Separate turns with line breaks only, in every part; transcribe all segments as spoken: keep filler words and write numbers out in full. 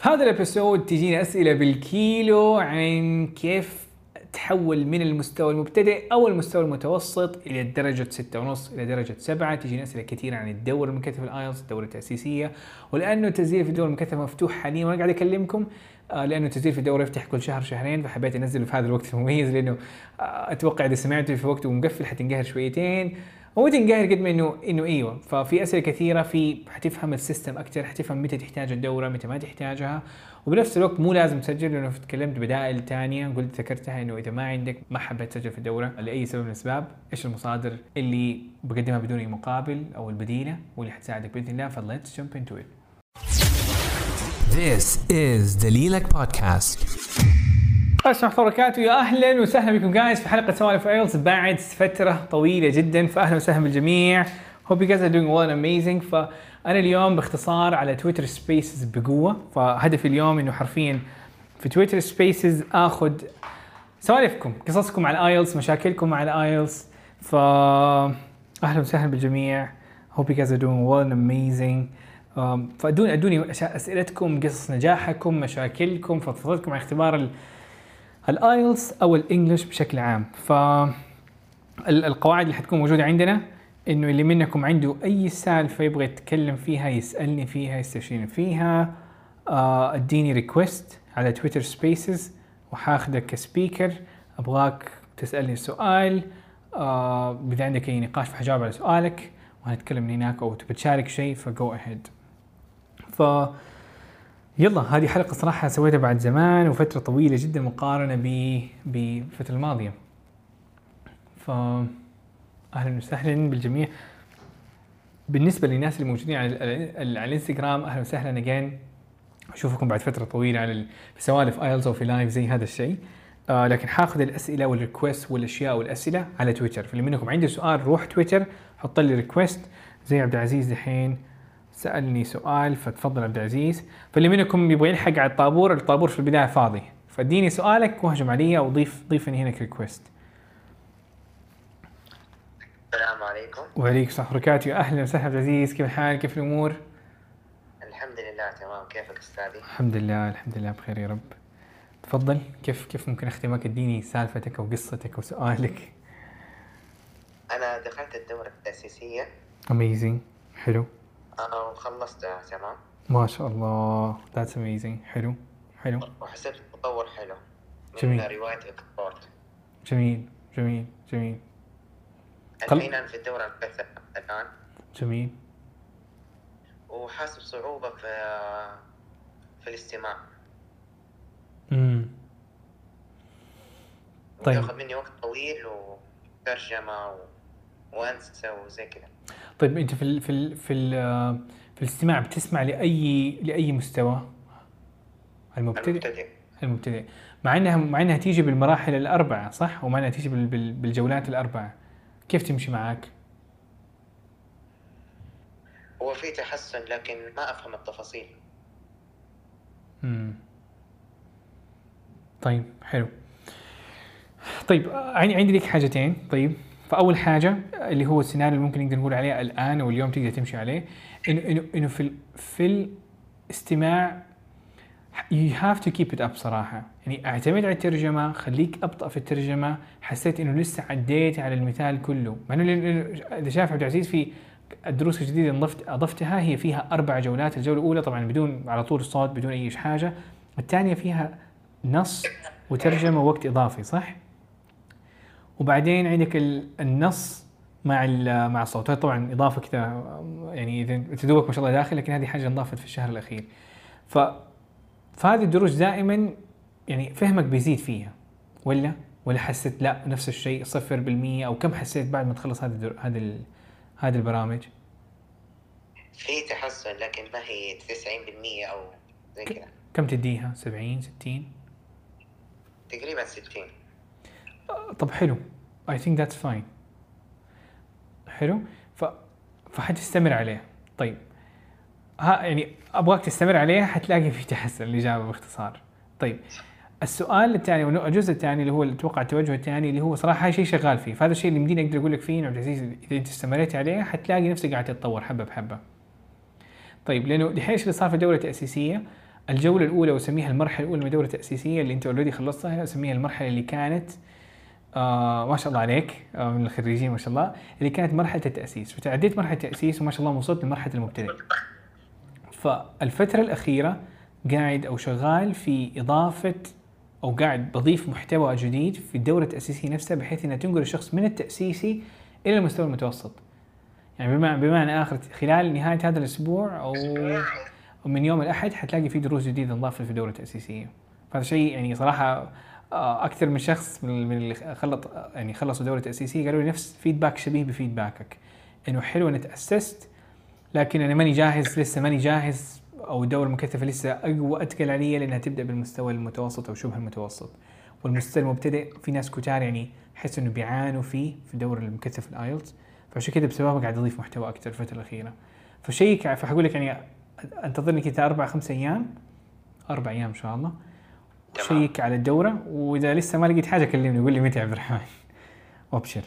هذا الابيسود تجينا اسئله بالكيلو عن كيف تحول من المستوى المبتدئ او المستوى المتوسط الى درجه ستة ونص الى درجه سبعة. تجينا اسئله كثيره عن الدوره المكثفه الايلتس، الدوره التاسيسيه، ولانه التسجيل في الدوره المكثفه مفتوح حاليا وانا قاعد اكلمكم، آه لانه التسجيل في الدوره يفتح كل شهر شهرين، فحبيت انزله في هذا الوقت المميز، لانه آه اتوقع اذا سمعته في وقت ومقفل حتنقهر شويتين، مو تنقهر قد ما انه انه ايوه. ففي اسئله كثيره، في حتفهم السيستم اكثر، حتفهم متى تحتاج الدوره متى ما تحتاجها، وبنفس الوقت مو لازم تسجل، لانه تكلمت بدائل ثانيه قلت ذكرتها انه اذا ما عندك ما حبيت تسجل في الدوره لاي سبب من الاسباب، ايش المصادر اللي بقدمها بدون اي مقابل او البديله واللي حتساعدك باذن الله. فليتس جمب انتو ات.
This is دليلك بودكاست.
السلام عليكم وبركاته، يا اهلا وسهلا بكم جايز في حلقه سوالف ايلتس بعد فتره طويله جدا، فاهلا وسهلا بالجميع. hope you guys are doing well and amazing. فانا اليوم باختصار على تويتر سبيسز بقوه، فهدفي اليوم انه حرفيا في تويتر سبيسز اخذ سوالفكم، قصصكم على الايلتس، مشاكلكم مع الايلتس. ف اهلا وسهلا بالجميع. hope you guys are doing well and amazing. فادوني ادوني اسئلتكم، قصص نجاحكم، مشاكلكم، فضفضتكم عن اختبار الايلتس او الانجليش بشكل عام. فالقواعد اللي حتكون موجوده عندنا انه اللي منكم عنده اي سالفه يبغى يتكلم فيها يسالني فيها يستشيرني فيها، اديني ريكوست على تويتر سبيسز وحاخذك كسبيكر، ابغاك تسالني سؤال، اذا عندك اي نقاش فحجاوب على سؤالك وهنتكلم من هناك، او تبي تشارك شيء فجو اهيد. ف يلا هذه حلقة صراحة سويتها بعد زمان وفترة طويلة جدا مقارنة بالفترة الماضية. فأهلا وسهلا بالجميع. بالنسبة للناس اللي موجودين على, على الانستغرام، أهلا وسهلا أجين، أشوفكم بعد فترة طويلة على في سوالف ايلتس أو في لايف زي هذا الشيء. آه لكن حاخذ الأسئلة والريكوست والأشياء والأسئلة على تويتر، فاللي منكم عنده سؤال روح تويتر حط لي ريكوست، زي عبد العزيز دحين سألني سؤال فتفضل عبد العزيز. فاللي منكم يبغى يلحق على الطابور، الطابور في البداية فاضي، فاديني سؤالك واهجم علي او ضيف ضيفني هنا ريكوست.
السلام عليكم.
وعليكم السلام ورحمة الله وبركاته، يا اهلا وسهلا عبد العزيز، كيف الحال؟ كيف الامور؟
الحمد لله تمام، كيفك استاذي؟
الحمد لله الحمد لله بخير يا رب. تفضل، كيف كيف ممكن اختمك؟ اديني سالفتك او قصتك او سؤالك.
انا دخلت الدورة التأسيسية.
اميزing، حلو.
انا وخلصتها تمام.
ما شاء الله، that's amazing، حلو حلو.
وحسيت التطور حلو من
جميل.
رواية الكبورت.
جميل جميل جميل.
الحين انا في الدورة المكثفة الان.
جميل.
وحاسب صعوبة في في الاستماع.
امم طيب.
ياخذ مني وقت طويل وترجمة و... وانسى وزي كذا.
طيب انت في ال في ال في ال في الاستماع بتسمع لاي لاي مستوى؟ المبتدئ.
المبتدئ.
المبتدئ، مع انها مع انها تيجي بالمراحل الاربعه صح؟ ومع انها تيجي بال بال بالجولات الاربعه، كيف تمشي معك؟
هو في تحسن لكن ما افهم التفاصيل.
امم طيب حلو. طيب عندي عندي لك حاجتين. طيب، فاول حاجه اللي هو السيناريو اللي ممكن نقدر نقول عليه الان او اليوم تقدر تمشي عليه، انه انه انه في في الاستماع you have to keep it up صراحه. يعني اعتمد على الترجمه، خليك ابطا في الترجمه. حسيت انه لسه عديت على المثال كله، مع انه اذا شايف عبد العزيز في الدروس الجديده اللي اضفت اضفتها هي فيها اربع جولات. الجوله الاولى طبعا بدون على طول الصوت بدون اي حاجه، الثانيه فيها نص وترجمه ووقت اضافي صح؟ وبعدين عندك النص مع مع الصوت، هذا طبعا اضافه كذا يعني اذا تدوبك ما شاء الله داخل، لكن هذه حاجه انضافت في الشهر الاخير. ف فهذه الدروس دائما يعني فهمك بيزيد فيها، ولا ولا حسيت لا نفس الشيء صفر بالمية؟ او كم حسيت بعد ما تخلص هذه هذه هذه البرامج؟
في تحسن لكن ما هي تسعين بالمية او زي كذا.
كم تديها؟ سبعين ستين؟
تقريبا ستين.
طب حلو، I think that's fine. حلو. ف فحتستمر عليه. طيب ها يعني ابغاك تستمر عليه، حتلاقي في تحسن. الاجابه باختصار. طيب السؤال الثاني والجزء الثاني اللي هو اتوقع التوجه الثاني اللي هو صراحه شيء شغال فيه، فهذا الشيء اللي مديني اقدر اقول لك فيه عبد العزيز اذا انت استمريت عليه حتلاقي نفسك قاعد تتطور حبه بحبه. طيب لانه دحين اللي صار في الدوره التاسيسيه الجولة الأولى وسميها المرحلة الأولى من الدورة التأسيسية اللي أنت أوريدي خلصتها، أسميها المرحلة اللي كانت آه ما شاء الله عليك آه من الخريجين ما شاء الله، اللي كانت مرحلة التأسيس، وتعديت مرحلة التأسيس وما شاء الله وصلت لمرحلة المبتدئ. فالفترة الأخيرة قاعد أو شغال في إضافة أو قاعد بضيف محتوى جديد في الدورة التأسيسية نفسها، بحيث أنها تنقل الشخص من التأسيسي إلى المستوى المتوسط. يعني بمعنى بمعنى آخر خلال نهاية هذا الأسبوع أو من يوم الأحد حتلاقي في دروس جديدة انضافت في الدورة التأسيسية. فهذا شيء يعني صراحة أكثر من شخص من اللي خلط يعني خلصوا دورة تأسيسية قالوا لي نفس فيدباك شبيه بفيدباكك، إنه حلو أنا تأسست لكن أنا ماني جاهز، لسه ماني جاهز، أو الدورة المكثفة لسه أقوى أتقل علي لأنها تبدأ بالمستوى المتوسط أو شبه المتوسط. والمستوى المبتدئ في ناس كتار يعني حسوا إنه بيعانوا فيه في الدورة المكثفة الآيلتس، فعشان كده بسببه قاعد أضيف محتوى أكثر الفترة الأخيرة. فشيك فحقول لك يعني انتظرني كذا أربع خمس أيام أربع أيام إن شاء الله وشيك على الدورة، وإذا لسه ما لقيت حاجة كلمني وقول لي متى يا عبد الرحمن وابشر.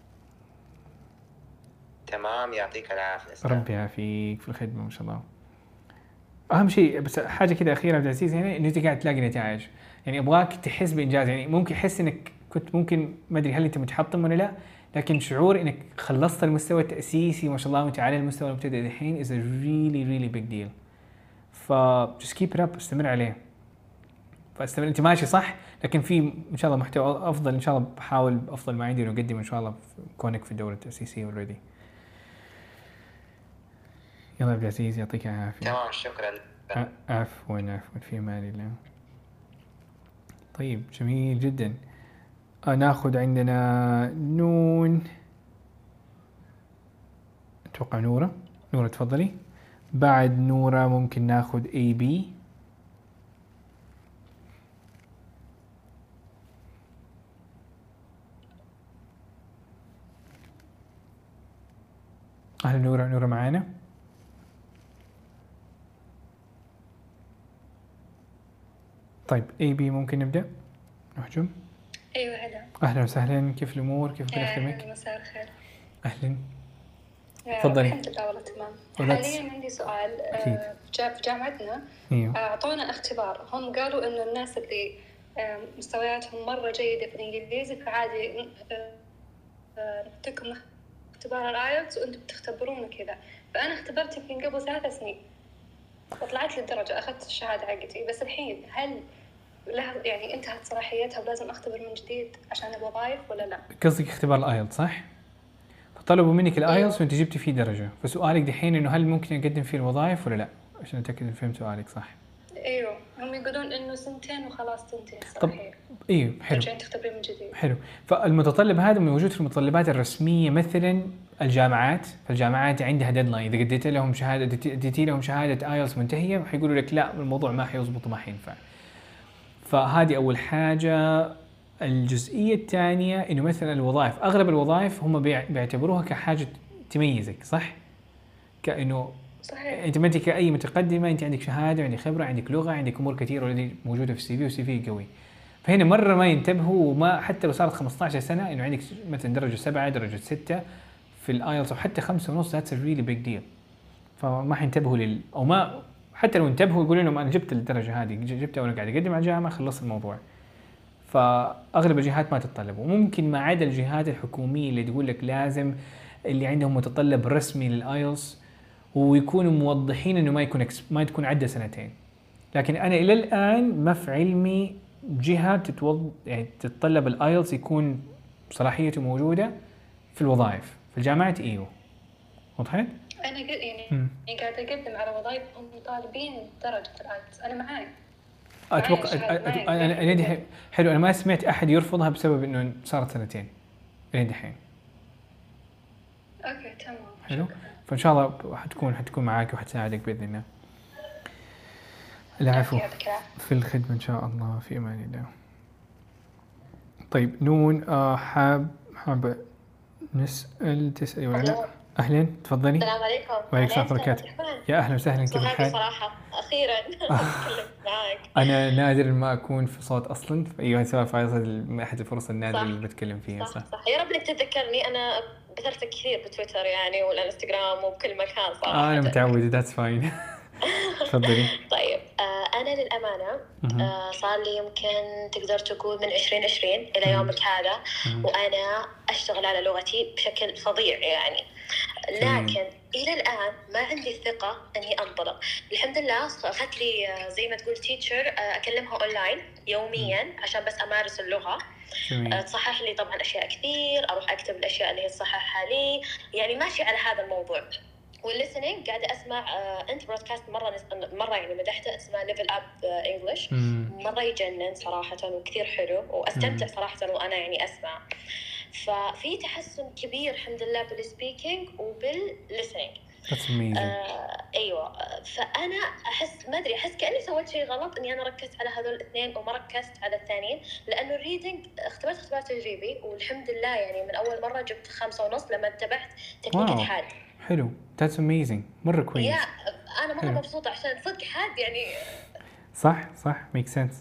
تمام يعطيك العافية.
ربي يعافيك في الخدمة ما شاء الله. أهم شيء بس حاجة كده أخيرة عبد العزيز هنا إنه أنت قاعد تلاقي نتائج، يعني أبغاك تحس بإنجاز. يعني ممكن أحس إنك كنت ممكن ما أدري هل أنت متحطم ولا لا، لكن شعور إنك خلصت المستوى التأسيسي ما شاء الله وأنت على المستوى المبتدئ الحين is a really really big deal. ف just keep it up، استمر عليه. فاستمر، أنت ماشي صح، لكن في إن شاء الله محتوى أفضل إن شاء الله. بحاول أفضل ما عندي إنه أقدم إن شاء الله كونك في الدورة التأسيسية already. يلا عبد العزيز يعطيك العافية.
تمام شكرا.
عفوا عفوا في امان الله. طيب جميل جدا. ناخذ عندنا نون، اتوقع نورة. نورة تفضلي. بعد نورة ممكن ناخذ اي بي. اهلا نورة. نورة معانا؟ طيب اي بي ممكن نبدا نهجم.
ايوه هلا.
اهلا وسهلا، كيف الامور؟ كيف ممكن اخدمك؟
اهلا مساء الخير.
اهلا تفضلي.
الحمد لله والله تمام. حاليا عندي سؤال.
أكيد.
في جامعتنا
ايوه
اعطونا اختبار، هم قالوا انه الناس اللي مستوياتهم مره جيده في الانجليزي فعادي نعطيكم اختبار الايلتس وانتم بتختبرونه كذا. فانا اختبرت يمكن قبل ثلاث سنين وطلعت لي الدرجة، أخذت الشهادة حقتي، بس الحين هل لها يعني انتهت صلاحيتها ولازم أختبر من جديد عشان الوظائف ولا لا؟
قصدك اختبار الآيلتس صح؟ فطلبوا منك الآيلتس وانت جبتي فيه درجة، فسؤالك دحين إنه هل ممكن أقدم فيه الوظائف ولا لا؟ عشان أتأكد إن فهمت سؤالك صح.
أيوه هم يقولون إنه سنتين وخلاص تنتهي الصلاحية.
ايوه حلو.
رجعين تختبرين من جديد.
حلو. فالمتطلب هذا موجود في المتطلبات الرسمية، مثلا الجامعات، فالجامعات عندها ديدلاين، إذا قديت لهم شهادة اديتي لهم شهادة آيلتس منتهية حيقولوا لك لا الموضوع ما حيزبط وما حينفع. فهذه أول حاجة. الجزئية الثانية إنه مثلا الوظائف، أغلب الوظائف هم بيعتبروها كحاجة تميزك صح؟ كأنه
صحيح.
أنت ما أنت كأي متقدمة، أنت عندك شهادة، عندك خبرة، عندك لغة، عندك أمور كثيرة اوريدي موجودة في السي في والسي في قوي. فهنا مرة ما ينتبهوا، وما حتى لو صارت خمسة عشر سنة إنه عندك مثلا درجة سبعة درجة ستة في الآيلتس أو حتى خمسة ونص، that's a really big deal. فما حينتبهوا لل أو ما حتى لو انتبهوا يقولوا لهم أنا جبت الدرجة هذه، جبتها وأنا قاعد أقدم على الجامعة، خلص الموضوع. فأغلب الجهات ما تتطلب، وممكن ما عدا الجهات الحكومية اللي تقول لك لازم اللي عندهم متطلب رسمي للآيلتس ويكونوا موضحين إنه ما يكون ما تكون عدى سنتين. لكن أنا إلى الآن ما في علمي جهة تتوض يعني تتطلب الآيلتس يكون صلاحيته موجودة في الوظائف. في الجامعات إيوه وضحت؟
أنا يعني قاعدة أقدم على وظائف هم طالبين درجة الآيلتس، أنا معاي.
أتوقع أنا أنا دي حلو. أنا ما سمعت أحد يرفضها بسبب إنه صارت سنتين لين دحين.
أوكي تمام.
حلو. فإن شاء الله حتكون حتكون معاك وحتساعدك بإذن الله. العفو. في الخدمة إن شاء الله، في أمان الله. طيب نون آه حاب حاب نسأل تسألي ولا لا؟ أهلا تفضلي.
السلام عليكم.
وعليكم السلام وبركاته. يا أهلا وسهلا، كيف الحال؟
صراحة أخيرا أتكلم معك.
أنا نادر ما أكون في صوت أصلا، أيوة سواء في أحد الفرص النادرة اللي بتكلم فيها.
صح, صح صح يا رب إنك تتذكرني، أنا بثرتك كثير بتويتر يعني والإنستغرام وبكل مكان صراحة.
آه أنا متعود، that's fine. تفضلي.
طيب آه أنا للأمانة آه صار لي يمكن تقدر تقول من عشرين عشرين إلى يومك هذا وأنا أشتغل على لغتي بشكل فظيع يعني. لكن إلى الآن ما عندي الثقة أني أنطلق. الحمد لله أخذت لي آه، زي ما تقول تيتشر آه، أكلمها أونلاين يوميا عشان بس أمارس اللغة. آه، تصحح لي طبعا أشياء كثير، أروح أكتب الأشياء اللي هي تصححها لي، يعني ماشي على هذا الموضوع. والليسنينج قاعدة أسمع آه، أنت برودكاست مرة نس- مرة يعني مدحته، اسمه ليفل أب إنجلش، مرة يجنن صراحة وكثير حلو وأستمتع صراحة وأنا يعني أسمع. ففي تحسن كبير الحمد لله بالسبيكينج وبالليسنينج.
That's amazing.
آه ايوه. فانا احس ما ادري، احس كاني سويت شيء غلط اني انا ركزت على هذول الاثنين وما ركزت على الثانيين، لانه الريدنج اختبرت اختبار تجريبي والحمد لله يعني من اول مره جبت خمسة ونص لما اتبعت تكنيك
واو.
حاد.
حلو. That's amazing. مرة كويس.
يا انا مره
حلو.
مبسوطه عشان صدق حاد يعني.
صح صح make sense.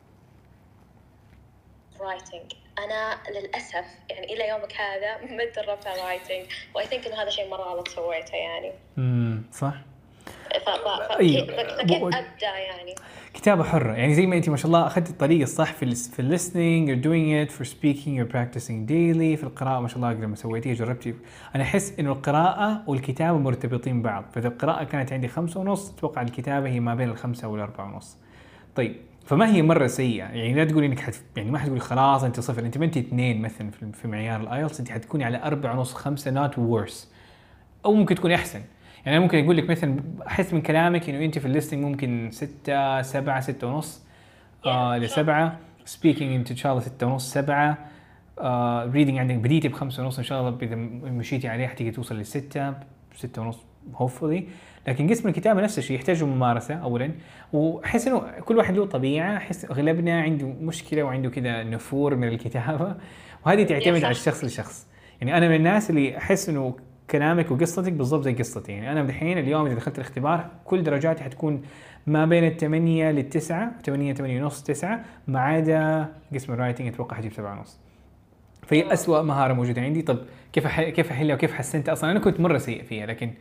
رايتنج انا للاسف يعني الى يومك هذا ما تدربت على رايتنج، واي ثينك انه هذا شيء مره غلط سويته يعني.
امم صح.
ف ف
أيوة.
فكيف ابدا يعني؟
كتابة حرة، يعني زي ما انت ما شاء الله اخذت الطريق الصح في ال في ال listening you're doing it for speaking you're practicing daily. في القراءة ما شاء الله لما سويتيها جربتي. انا احس انه القراءة والكتابة مرتبطين بعض، فاذا القراءة كانت عندي خمسة ونص اتوقع الكتابة هي ما بين الخمسة والأربعة ونص. طيب فما هي مرة سيئة، يعني لا تقولي انك حت يعني ما حتقولي خلاص انت صفر، انت ما انت اثنين مثلا في, في معيار الايلتس، انت حتكوني على أربعة ونص خمسة not worse، او ممكن تكوني احسن. يعني أنا ممكن أقول لك مثلا أحس من كلامك إنه أنت في الليستنج ممكن ستة سبعة ستة ونص آه لسبعة، سبيكينج أنت إن شاء الله ستة ونص سبعة، آه ريدنج عندك بديتي بخمسة ونص إن شاء الله إذا مشيتي عليه حتيجي توصل لستة ستة ونص hopefully. لكن قسم الكتابة نفس الشيء يحتاج ممارسة أولا، وأحس إنه كل واحد له طبيعة. أحس أغلبنا عنده مشكلة وعنده كذا نفور من الكتابة، وهذه تعتمد على الشخص لشخص. يعني أنا من الناس اللي أحس إنه كلامك وقصتك بالضبط زي قصتي. يعني أنا دحين اليوم إذا دخلت الاختبار كل درجاتي حتكون ما بين الثمانية للتسعة، ثمانية ثمانية ونص تسعة، ما عدا قسم الرايتنج أتوقع حجيب سبعة ونص. فهي أسوأ مهارة موجودة عندي. طب كيف أح كيف أحلها وكيف حسنت؟ أصلاً أنا كنت مرة سيء فيها. لكن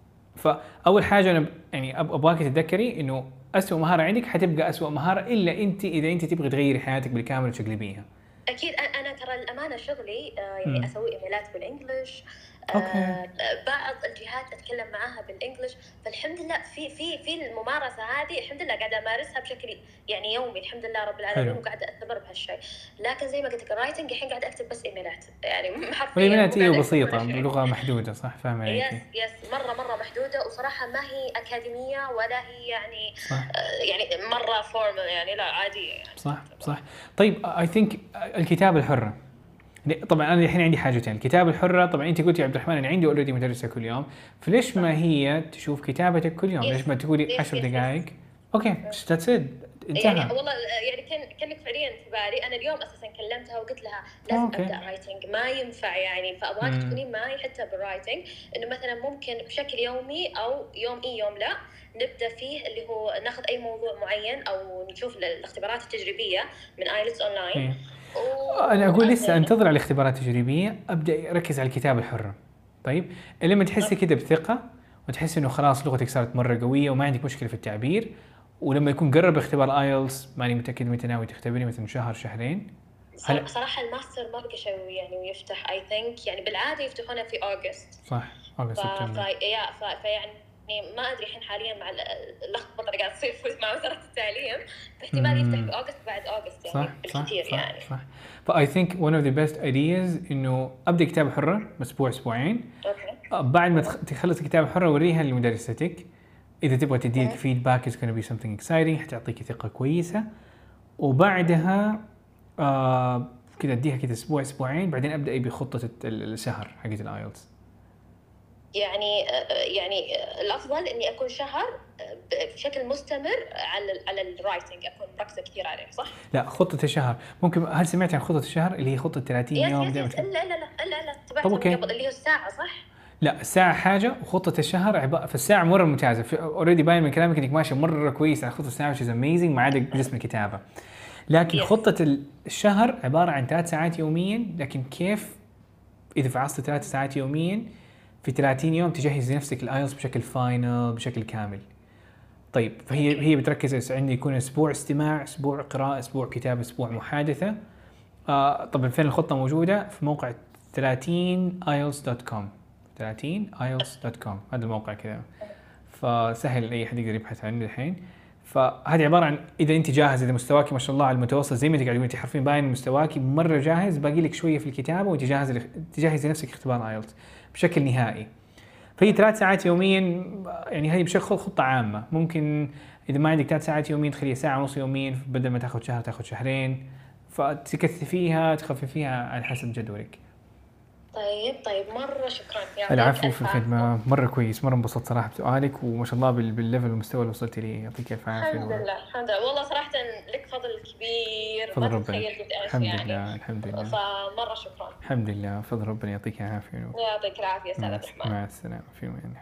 فأول حاجة أنا يعني أبغاك تتذكري إنه أسوأ مهارة عندك حتبقى أسوأ مهارة إلا أنت إذا أنت تبغي تغيري حياتك بالكامل وتشقلبيها.
أكيد أنا ترى الأمانة شغلي يعني م. أسوي إيميلات بالإنجليش.
أوكي.
آه بعض الجهات أتكلم معاها بالإنجليش، فالحمد لله في في في الممارسة هذه الحمد لله قاعدة أمارسها بشكل يعني يومي الحمد لله رب العالمين، وقاعدة أستمر بهالشيء. لكن زي ما قلت لك الرايتنج الحين قاعدة أكتب بس إيميلات يعني حرفيا
إيميلات إيه بسيطة بلغة محدودة صح فاهمة عليك.
يس يس مرة مرة محدودة، وصراحة ما هي أكاديمية ولا هي يعني صح. آه يعني مرة فورمال يعني لا عادية يعني.
صح صح. طيب I think الكتابة الحرة، طبعا انا الحين عندي حاجتين. الكتابه الحره طبعا انت قلتي يا عبد الرحمن انا عندي اوريدي مدرسه كل يوم، فليش ما هي تشوف كتابتك كل يوم؟ ليش ما تقولي عشر دقائق؟ اوكي ذاتس ات انتهى.
يعني والله يعني كان كانك فعليا في بالي. انا اليوم اساسا كلمتها وقلت لها لازم أوكي. ابدا رايتنج ما ينفع يعني، فابغاك تكونين معي حتى بالرايتنج، انه مثلا ممكن بشكل يومي او يوم اي يوم لا نبدا فيه اللي هو ناخذ اي موضوع معين او نشوف الاختبارات التجريبيه من ايلتس اونلاين.
أنا أقول لسه أنتظر على الاختبارات التجريبية، أبدأ أركز على الكتابة الحرة. طيب لما تحسي كده بثقة وتحسي إنه خلاص لغتك صارت مرة قوية وما عندك مشكلة في التعبير، ولما يكون قرب اختبار آيلتس ماني متأكد متى ناوي تختبري، مثلا شهر شهرين؟
هل... صراحة الماستر ما بقى شيء يعني ويفتح I think يعني بالعادة يفتحونه في أغسطس.
صح أغسطس
سبتمبر. ف... يا ف... فيعني يعني ما أدري الحين حاليا مع اللخبطة اللي قاعد تصير مع وزارة التعليم، احتمال يفتح في أغسطس بعد أغسطس يعني بالكثير يعني.
صح. فا I think one of the best ideas إنه أبدأ كتابة حرة أسبوع أسبوعين.
أوكي.
بعد ما تخلص كتابة حرة وريها لمدرستك، إذا تبغى تديك feedback is gonna be something exciting حتعطيك ثقة كويسة، وبعدها آه كده أديها كده أسبوع أسبوعين، بعدين أبدأ بخطة الشهر حقت الآيلتس.
يعني يعني الافضل اني اكون شهر بشكل مستمر على على الرايتنج، اكون مركزه كثير عليه صح؟
لا خطه الشهر ممكن. هل سمعت عن خطه الشهر اللي هي خطه ثلاثين يوم؟
لا لا لا لا لا لا تبعت
قبل
اللي هي الساعه صح؟
لا الساعه حاجه وخطه الشهر عباره في الساعه مره ممتازه. اوريدي باين من كلامك انك ماشي مره كويس على خطه الساعه which is amazing ما عدا قسم الكتابه. لكن yes. خطه الشهر عباره عن ثلاث ساعات يوميا، لكن كيف اذا فعصت ثلاث ساعات يوميا في ثلاثين يوم تجهز نفسك الايلتس بشكل فاينل بشكل كامل. طيب فهي هي بتركز عندي يكون اسبوع استماع، اسبوع قراءه، اسبوع كتابه، اسبوع محادثه. آه طبعا فين الخطه موجوده؟ في موقع ثلاثين آيلتس دوت كوم. ثلاثين آيلتس دوت كوم هذا الموقع كذا، فسهل اي حد يقدر يبحث عنه الحين. فهذه عباره عن اذا انت جاهز، اذا مستواك ما شاء الله على المتوسط زي ما انت قاعد تقول، انت حرفيا باين مستواك مره جاهز، باقي لك شويه في الكتابه وانت جاهز تجهز لنفسك اختبار آيلتس بشكل نهائي. فهي ثلاث ساعات يوميا، يعني هذه بشكل خطه عامه. ممكن اذا ما عندك ثلاث ساعات يوميا تخليها ساعه ونص يوميا، بدل ما تاخذ شهر تاخذ شهرين، فتكثفيها تخففيها على حسب جدولك.
طيب طيب مرة شكرا يا
العفو في الخدمة، مرة كويس، مرة انبسطت صراحة بسؤالك، وما شاء الله بالليفل والمستوى اللي وصلتي ليه، يعطيك الف عافية.
الحمد لله الحمد لله، والله صراحة لك فضل كبير
فضل
ما
ربنا.
تتخيل قد ايش
الحمد
يعني.
لله الحمد لله.
فمرة شكرا.
الحمد لله، فضل ربنا، يعطيك العافية.
يعطيك العافية استاذ عبد الرحمن.
مع السلامة، في أمان.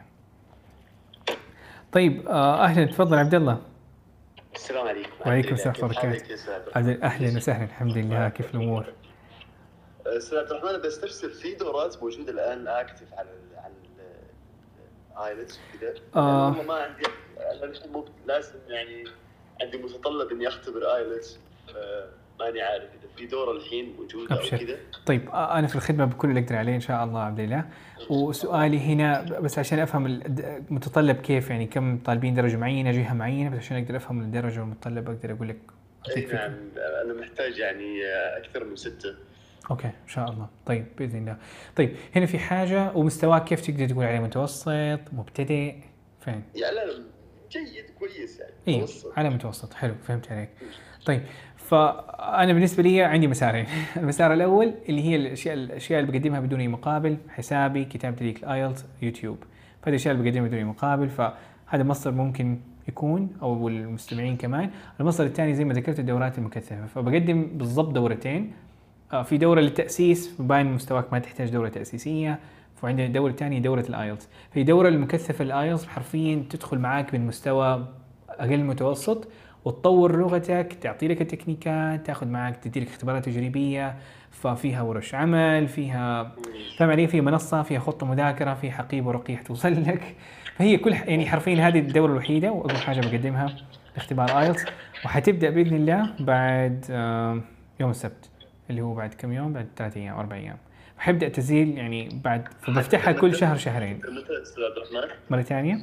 طيب آه اهلا، تفضل عبد الله.
السلام عليكم.
وعليكم السلام ورحمة الله وبركاته. اهلا وسهلا، الحمد لله، كيف الامور؟
استاذ عبد الرحمن، بس تفسر في دورات موجوده الان اكتف على ال على الايلتس وكذا.
آه.
انا ما عندي، انا مو لازم يعني عندي متطلب اني اختبر ايلتس، ماني عارف اذا في دوره الحين موجوده او كذا.
طيب آه انا في الخدمه بكل اللي اقدر عليه ان شاء الله عبد الله. وسؤالي هنا بس عشان افهم المتطلب كيف، يعني كم طالبين درجه معينه، جهه معينه، بس عشان اقدر افهم الدرجه المتطلبه اقدر اقول لك.
نعم انا محتاج يعني اكثر من ستة.
اوكي ان شاء الله. طيب باذن الله. طيب هنا في حاجه، ومستواك كيف تقدر تقول عليه؟ متوسط، مبتدئ، فين؟
يعني لا جيد كويس يعني.
اي متوسط. على متوسط، حلو، فهمت عليك. طيب فانا بالنسبه لي عندي مسارين. المسار الاول اللي هي الاشياء الاشياء اللي بقدمها بدون اي مقابل، حسابي، كتابه ليك الايلتس، يوتيوب. فهذه الاشياء اللي بقدمها بدون اي مقابل، فهذا مصدر ممكن يكون، او المستمعين كمان. المصدر الثاني زي ما ذكرت الدورات المكثفه، فبقدم بالضبط دورتين. في دورة للتأسيس، باين مستواك ما تحتاج دورة تأسيسية، وعندنا الدورة الثانية دورة الآيلتس. في دورة المكثفة الآيلتس حرفيا تدخل معاك من مستوى أقل متوسط وتطور لغتك، تعطي لك التكنيكات، تاخذ معاك تدي لك اختبارات تجريبية، ففيها ورش عمل، فيها فاهم علي، فيها منصة، فيها خطة مذاكرة، فيها حقيبة ورقية توصل لك. فهي كل يعني حرفيا هذه الدورة الوحيدة وأول حاجة بقدمها اختبار آيلتس، وحتبدأ بإذن الله بعد يوم السبت اللي هو بعد كم يوم، بعد ثلاثة أيام أربع أيام حيبدأ تسجيل يعني بعد، فبفتحها كل شهر شهرين.
متى استاذ عبد الرحمن؟
مرة ثانية؟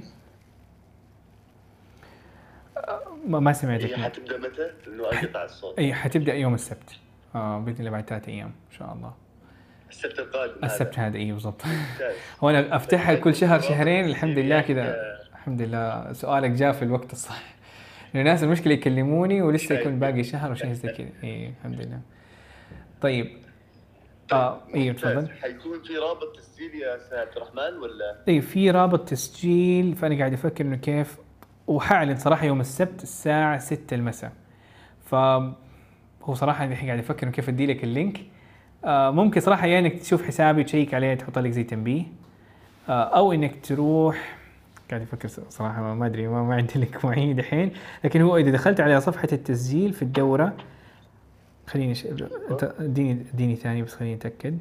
ما ما سمعتك.
هي حتبدأ متى؟ إنه أقطع الصوت.
أي حتبدأ يوم السبت آه بإذن الله بعد ثلاثة أيام إن شاء الله.
السبت القادم.
السبت هذا أي بالضبط. هو أنا أفتحها كل شهر شهرين الحمد لله كذا. الحمد لله سؤالك جاء في الوقت الصح. الناس المشكلة يكلموني ولسه يكون باقي شهر وشيء زي كذا. إيه الحمد لله. طيب اه ايوه تفضل.
حيكون في رابط تسجيل يا استاذ عبد الرحمن ولا؟
اي في رابط تسجيل، فانا قاعد افكر انه كيف، وحاعلن صراحه يوم السبت الساعه ستة المساء. فهو صراحه الحين قاعد افكر انه كيف ادي لك اللينك. آه ممكن صراحه يا انك تشوف حسابي تشيك عليه تحط لك زي تنبيه، آه او انك تروح، قاعد افكر صراحه ما ادري ما, ما عندي لك معين الحين، لكن هو اذا دخلت على صفحه التسجيل في الدوره، خليني ش... اديني اديني ثاني بس خليني اتاكد.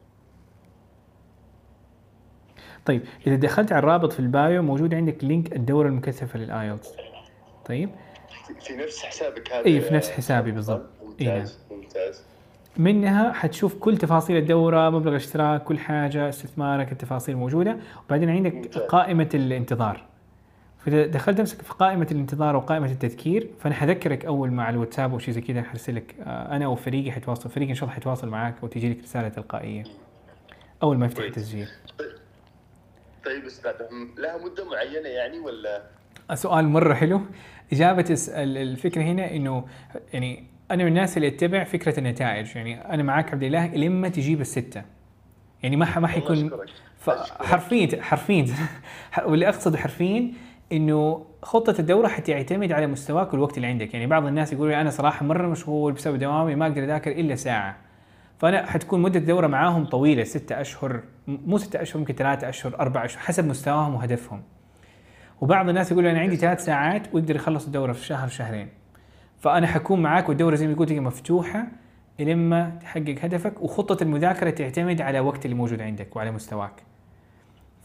طيب اذا دخلت على الرابط في البايو موجود عندك لينك الدوره المكثفه للايلتس. طيب
في نفس حسابك هذا؟
اي في نفس حسابي بالضبط.
ممتاز ممتاز.
منها حتشوف كل تفاصيل الدوره، مبلغ اشتراك، كل حاجه، استثمارك، التفاصيل موجوده، وبعدين عندك ممتاز. قائمه الانتظار. فإذا دخلت نفسك في قائمة الانتظار وقائمة التذكير، فأنا حذكرك أول مع الواتساب أو شيء زي كذا، حرسل لك أنا وفريقي حيتواصل، فريقي إن شاء الله حيتواصل معاك وتيجي لك رسالة تلقائية أول ما يفتح التسجيل.
طيب أستاذ لها مدة معينة يعني ولا؟
سؤال مرة حلو. إجابة الفكرة هنا إنه يعني أنا من الناس اللي أتبع فكرة النتائج، يعني أنا معاك عبد الله لما تجيب الستة، يعني ما ما حيكون حرفيا حرفيا واللي أقصده حرفيا إنه خطة الدورة حتعتمد على مستواك والوقت اللي عندك. يعني بعض الناس يقولوا أنا صراحة مرة مشغول بسبب دوامي ما أقدر أذاكر إلا ساعة، فأنا حتكون مدة الدورة معاهم طويلة، ستة أشهر، مو ستة أشهر، ممكن ثلاثة أشهر، أربعة أشهر، حسب مستواهم وهدفهم. وبعض الناس يقولوا أنا عندي ثلاث ساعات ويقدر يخلص الدورة في شهر شهرين، فأنا حكون معاك والدورة زي ما قلت لك مفتوحة لما تحقق هدفك، وخطة المذاكرة تعتمد على وقت اللي موجود عندك وعلى مستواك.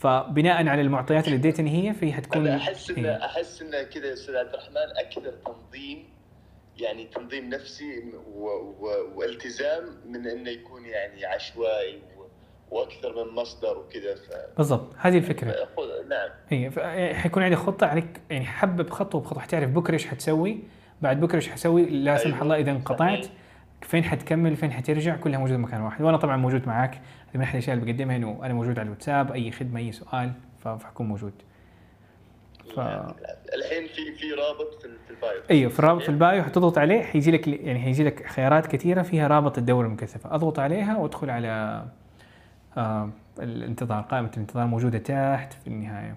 فبناء على المعطيات اللي اديتني هي فهي حتكون
انا احس ان
إيه.
احس ان كذا يا استاذ عبد الرحمن اكثر تنظيم، يعني تنظيم نفسي و... و... والتزام من انه يكون يعني عشوائي و... واكثر من مصدر وكذا. ف...
بالضبط هذه الفكره.
نعم
هي ف- حيكون عندك خطه عليك، يعني حبب خطوه بخطوه، حتعرف بكره ايش حتسوي، بعد بكره ايش حسوي، لا سمح
أيوة.
الله اذا انقطعت
صحيح.
فين حتكمل فين حترجع، كلها موجوده مكان واحد. وانا طبعا موجود معاك، هذه من احد الاشياء اللي بقدمها انه انا موجود على الواتساب، اي خدمه اي سؤال ف- فحكون موجود. ف...
الحين في في رابط في في البايو.
ايوه في الرابط في البايو حتضغط عليه، حيجي لك يعني حيجي لك خيارات كثيره فيها رابط الدوره المكثفه، اضغط عليها وادخل على آه الانتظار، قائمه الانتظار موجوده تحت في النهايه.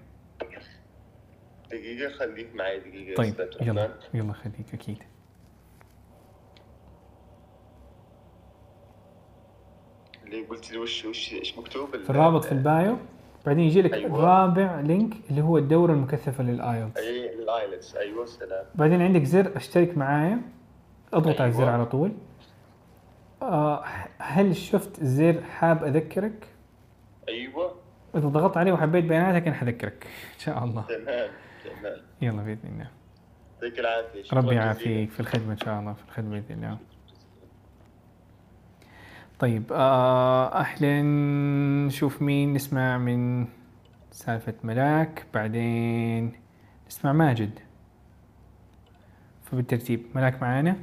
دقيقة خليك معي دقيقة.
طيب
أستاذ
يلا
رحمن.
يلا خليك اكيد.
اللي قلت لي وش وش ايش مكتوب
في الرابط في البايو، بعدين يجي لك
أيوة.
رابع لينك اللي هو الدورة المكثفة للآيلتس.
اي الايلتس. ايوه سلام.
بعدين عندك زر اشترك معايا، اضغط
أيوة.
على الزر على طول. آه هل شفت زر حاب اذكرك؟
ايوه
اذا ضغطت عليه وحبيت بياناتك انا حذكرك ان شاء الله.
تمام تمام.
يلا باذن الله.
يعطيك العافية. شكراً
ربي
جزيلاً.
يعافيك في الخدمة ان شاء الله، في الخدمة باذن الله. طيب آه اهلا، نشوف مين نسمع من سالفة ملاك، بعدين نسمع ماجد. فبالترتيب ملاك معانا.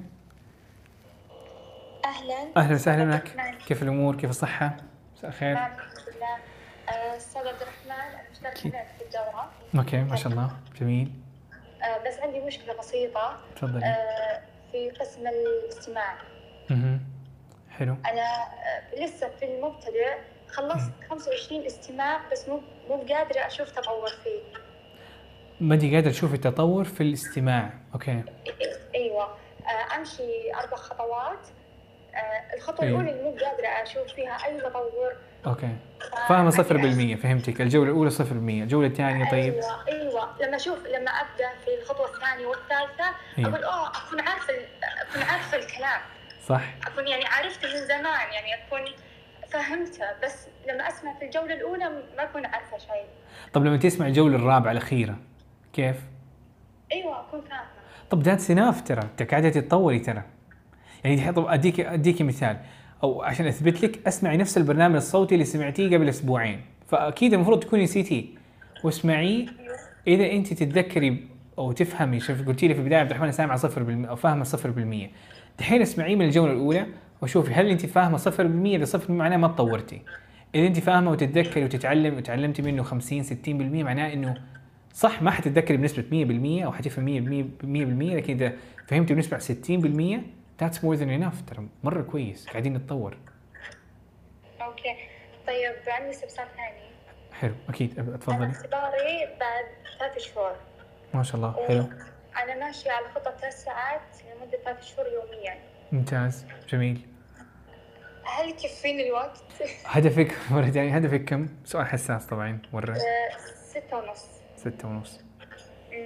أهلا
اهلا وسهلا ملاك، كيف الامور؟ كيف الصحة؟ مساء الخير.
نعم الحمد لله. آه، أستاذ عبد الرحمن أنا مشتركة معك في الدورة.
اوكي ما شاء الله جميل.
آه، بس عندي مشكلة بسيطة
تفضلي.
آه، في قسم الاستماع.
اها حلو.
أنا آه، لسه في المبتدئ، خلصت خمسة وعشرين استماع بس مو مو قادرة أشوف تطور فيه.
ما انت قادر تشوفي التطور في الاستماع. اوكي
أيوة. آه، أمشي أربع خطوات، آه، الخطوة
أيوة.
الأولى اللي مو قادرة أشوف فيها أي تطور.
اوكي فاهمة صفر بالمية، فهمتك. الجولة الأولى صفر بالمية، الجولة الثانية طيب.
ايوه ايوه لما اشوف لما ابدا في الخطوه الثانيه والثالثه
أيوة.
اقول اوه اكون عارفه ال- اكون عارفه الكلام،
صح
اكون يعني عرفته من زمان، يعني اكون فهمته، بس لما اسمع في الجوله الاولى ما اكون عارفه شيء.
طب لما تسمع الجولة الرابعة الأخيرة كيف؟
ايوه اكون فاهمه.
طب ذات سناف ترى، انت قاعدة تتطوري ترى. يعني طب اديك اديك مثال، او عشان اثبت لك، اسمعي نفس البرنامج الصوتي اللي سمعتيه قبل اسبوعين، فاكيد المفروض تكوني نسيتيه، واسمعيه. اذا انت تتذكري او تفهمي، شوف قلتي لي في البدايه عبد الرحمن سامعه صفر بالمية او فاهمه صفر بالمية، دحين اسمعيه من الجوله الاولى وشوفي هل انت فاهمه صفر بالمية. اذا صفر بالمية معناه ما تطورتي. اذا انت فاهمه وتتذكري وتتعلم وتعلمتي منه خمسين ستين بالمية معناه انه صح، ما حتتذكري بنسبه مية بالمية او حتفهم مية بالمية، لكن اذا فهمتي بنسبه ستين بالمية that's more than enough. ترى مرة كويس، قاعدين نتطور.
اوكي طيب عندي استفسار ثاني.
حلو أكيد
انا
اتفضلي.
اختباري بعد ثلاث شهور.
ما شاء الله حلو.
انا ماشيه على خطه ثلاث ساعات لمده ثلاث شهور يوميا.
ممتاز جميل.
هل يكفيني الوقت؟
هدفك مرة ثانية، هدفك كم؟ سؤال حساس طبعا مرة.
آه، ستة ونص.
ستة ونص.
مم.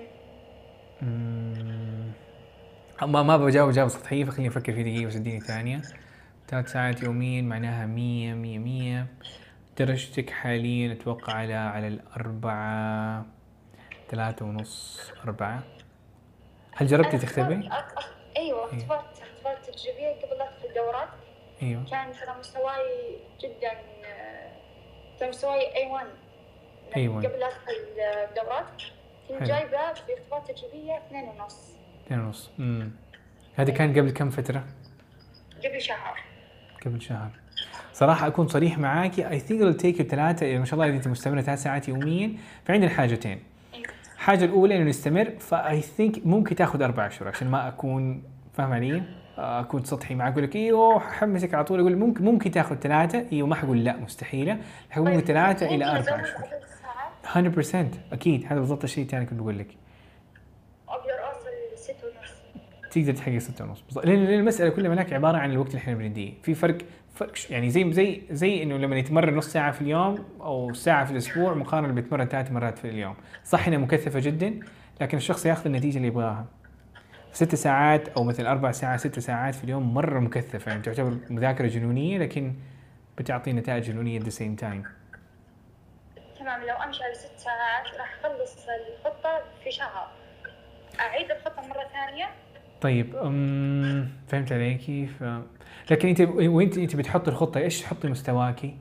مم. ما ما بجاوب إجابة سطحية، فخليني أفكر في دقيقة بس اديني ثانية. ثلاث ساعات يوميا معناها مية مية مية. درجتك حاليا أتوقع على على الأربعة، ثلاثة ونص أربعة. هل جربتي
أنا
تختبري؟
اختبرت- أ- أ- ايوه اختبرت اختبرت تجريبيه قبل لا ادخل الدورات.
أيوه
كان ترى مستواي جدا آه، كان مستواي إيه وان
إيه وان.
قبل لا ادخل الدورات. كنت
حلو.
جايبه في اختبارات تجريبيه اثنين ونص
اثنين ونص. امم هذا كان قبل كم فترة؟
قبل شهر.
قبل شهر. صراحة أكون صريح معاكي، I think it'll take you ثلاثة، يعني ما شاء الله أنت مستمرة ثلاث ساعات يوميا، فعندنا حاجتين. الحاجة الأولى إنه نستمر، فاي ثينك ممكن تاخذ أربع شهور عشان ما أكون فاهم علي؟ أكون سطحي معاك أقول لك إيوه حمسك على طول، أقول ممكن ممكن تاخذ ثلاثة، إيوه ما حقول لا مستحيلة، حقول ممكن ثلاثة إلى أربع شهور. مية بالمية أكيد، هذا بالضبط الشيء الثاني كنت بقول لك.
اقدر اوصل ستة ونص.
تقدر تحقق ستة ونص بالضبط، لأن لأن المسألة كلها هناك عبارة عن الوقت اللي احنا بنديه، في فرق فرق ش- يعني زي زي زي إنه لما يتمرن نص ساعة في اليوم أو ساعة في الأسبوع مقارنة بيتمرن ثلاث مرات في اليوم، صح إنها مكثفة جدا، لكن الشخص ياخذ النتيجة اللي يبغاها. ست ساعات أو مثل أربع ساعات ست ساعات في اليوم مرة مكثفة، يعني تعتبر مذاكرة جنونية لكن بتعطي نتائج جنونية at the same time.
تمام كامل لو أمشي على ست ساعات راح أخلص الخطة في شهر. أعيد الخطة مرة ثانية.
طيب أم فهمت عليكي. ف... لكن انت وانت انت بتحطي الخطه ايش تحطي مستواكي؟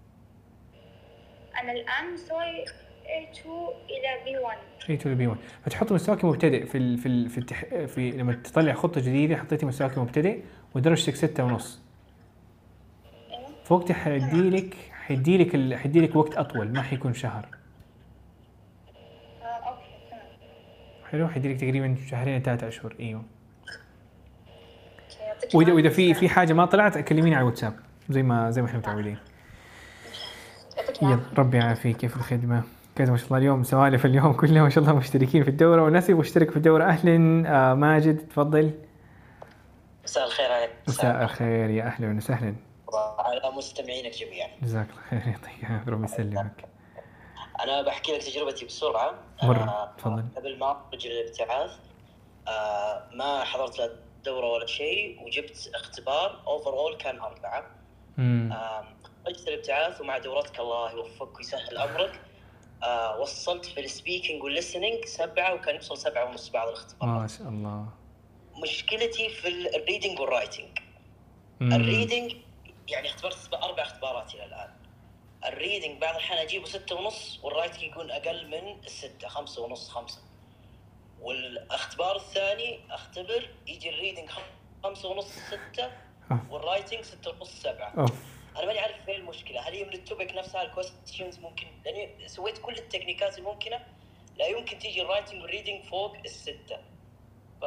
أنا الآن مستواي إيه تو إلى بي ون.
إيه تو إلى بي ون. فتحطي مستواكي مبتدئ في ال... في ال... في, التح... في لما تطلع خطه جديده حطيتي مستواكي مبتدئ ودرجتك ستة ونص. فوقتها حيديلك حيديلك ال... حيديلك وقت اطول، ما حيكون شهر.
آه، أوكي تمام.
حلو، حيديلك تقريبا شهرين ثلاثة اشهر. ايوه.
يعطيك
واذا واذا
العافية.
في في حاجه ما طلعت كلميني على الواتساب زي ما زي ما احنا متعودين.
يعطيك
يلا
العافية.
ربي يعافيك. كيف الخدمه؟ كذا ما شاء الله اليوم سوالف اليوم كلها ما شاء الله مشتركين في الدوره والناس يبغوا يشتركوا في الدوره. اهلا آه ماجد تفضل.
مساء الخير عليك.
مساء الخير يا اهلا وسهلا.
وعلى مستمعينك جميعا.
جزاك الله خير يعطيك ربي يسلمك.
انا بحكي لك تجربتي بسرعه.
مرة
أنا
تفضل.
قبل ما اخرج الابتعاث آه ما حضرت لا دوره ولا شيء، وجبت اختبار اوفر كان أربعة.
امم
آه خرجت الابتعاث ومع دورتك الله يوفقك ويسهل امرك آه وصلت في السبيكينج والليسننج سبعة، وكان يوصل سبعة ونص بعض الاختبارات.
ما شاء الله.
مشكلتي في الريدنج والرايتنج.
مم.
الريدنج يعني اختبرت اربع اختبارات الى الان. الريدنج بعض الأحيان أجيبه ستة ونص، والرايتنج يكون أقل من الستة، خمسة ونص خمسة. والاختبار الثاني أختبر يجي الريدنج خمسة ونص ستة، والرايتنج ستة ونص سبعة.
أوف.
أنا ماني عارف فين المشكلة، هل هي من التوبك نفسها الكويستشنز ممكن، لأني سويت كل التكنيكات الممكنة لا يمكن تيجي الرايتنج والريدنج فوق الستة. ف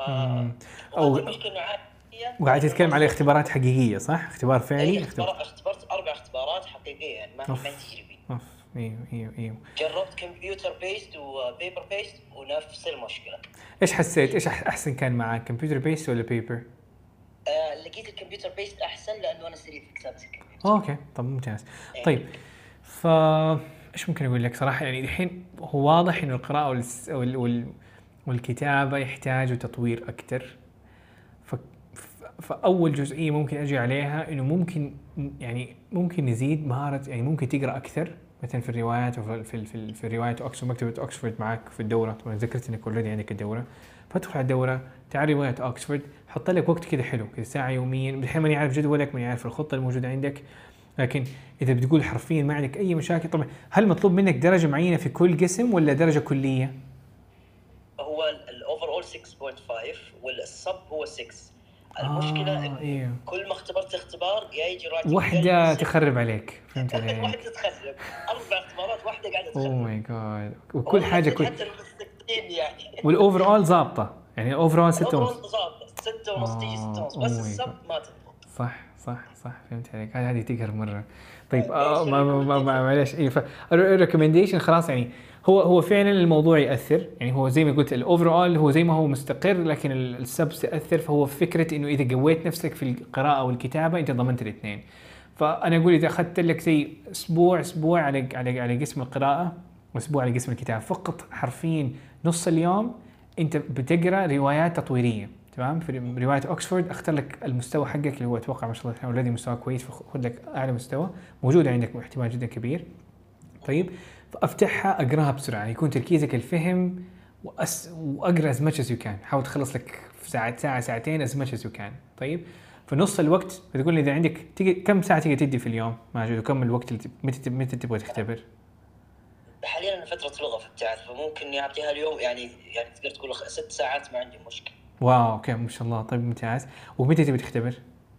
أو
المشكلة إنه عادية.
وقاعد تتكلم على اختبارات حقيقية صح؟ اختبار فعلي؟
اختبار اختبرت أربع اختبارات حقيقية يعني ما ما تجربي.
أوف. ايوه ايوه ايوه.
جربت كمبيوتر بيست وبيبر بيست ونفس المشكلة.
ايش حسيت؟ ايش احسن كان معك؟ كمبيوتر بيست ولا بيبر؟
آه لقيت الكمبيوتر بيست احسن لانه انا سريع في كتابة الكمبيوتر.
اوكي طب ممتاز.
أيه.
طيب ف ايش ممكن اقول لك صراحة، يعني الحين هو واضح انه القراءة والس... وال... وال... والكتابة يحتاجوا تطوير اكثر. ف... فاول جزئية ممكن اجي عليها انه ممكن يعني ممكن نزيد مهارة، يعني ممكن تقرا اكثر مثلا في الروايات وفي في في, في روايه اوكسفورد، مكتبه اوكسفورد معك في الدوره. طبعا ذكرت انك اوريدي عندك الدوره، فادخل على الدوره تعال روايه اوكسفورد، حط لك وقت كذا حلو كذا ساعه يوميا. الحين ماني عارف جدولك، ماني عارف الخطه الموجوده عندك، لكن اذا بتقول حرفيا ما عندك اي مشاكل. طبعا هل مطلوب منك درجه معينه في كل قسم ولا درجه كليه؟
هو الاوفر اول ستة فاصلة خمسة والسب هو ستة. المشكله
آه إيه.
كل ما اختبرت اختبار يا يجي رايتنج
واحده تخرب عليك. فهمت عليك.
واحده تخرب اربع اختبارات واحده قاعده تخرب.
اوه ماي جاد. وكل حاجه كل
حتى المستقيم يعني
والاوفر اول ظابطه، يعني الاوفر اول ستة ونص
ستة ونص تيجي ستة ونص، بس السب ما تضبط.
صح صح صح فهمت عليك. هذه تقهر مره. طيب آه ما ما معلش اي فالريكومنديشن خلاص، يعني هو هو فعلا الموضوع ياثر، يعني هو زي ما قلت الاوفر اول هو زي ما هو مستقر، لكن السبس ياثر. فهو فكره انه اذا قويت نفسك في القراءه والكتابه انت ضمنت الاثنين. فانا اقول اذا اخذت لك زي اسبوع اسبوع على على على قسم القراءه واسبوع على قسم الكتابه، فقط حرفيا نص اليوم انت بتقرا روايات تطويريه. تمام. في روايه اوكسفورد اختار لك المستوى حقك اللي هو اتوقع ما شاء الله اوريدي مستوى كويس، فخذ لك اعلى مستوى موجود عندك احتمال جدا كبير. طيب فافتحها اقراها بسرعه، يكون تركيزك الفهم وأس... واقرا as much as you can. حاول تخلص لك في ساعه ساعه ساعتين as much as you can. طيب في نص الوقت بتقول لي اذا عندك تيجي كم ساعه تيجي تدي في اليوم ماجد، وكم الوقت اللي متى متى تبغى تختبر؟
حاليا انا فتره لغه في الابتعاث، فممكن يعطيها اليوم يعني يعني تقدر تقول ست ساعات ما عندي مشكله.
واو اوكي ما شاء الله. طيب ممتاز. ومتى تبي تختبر؟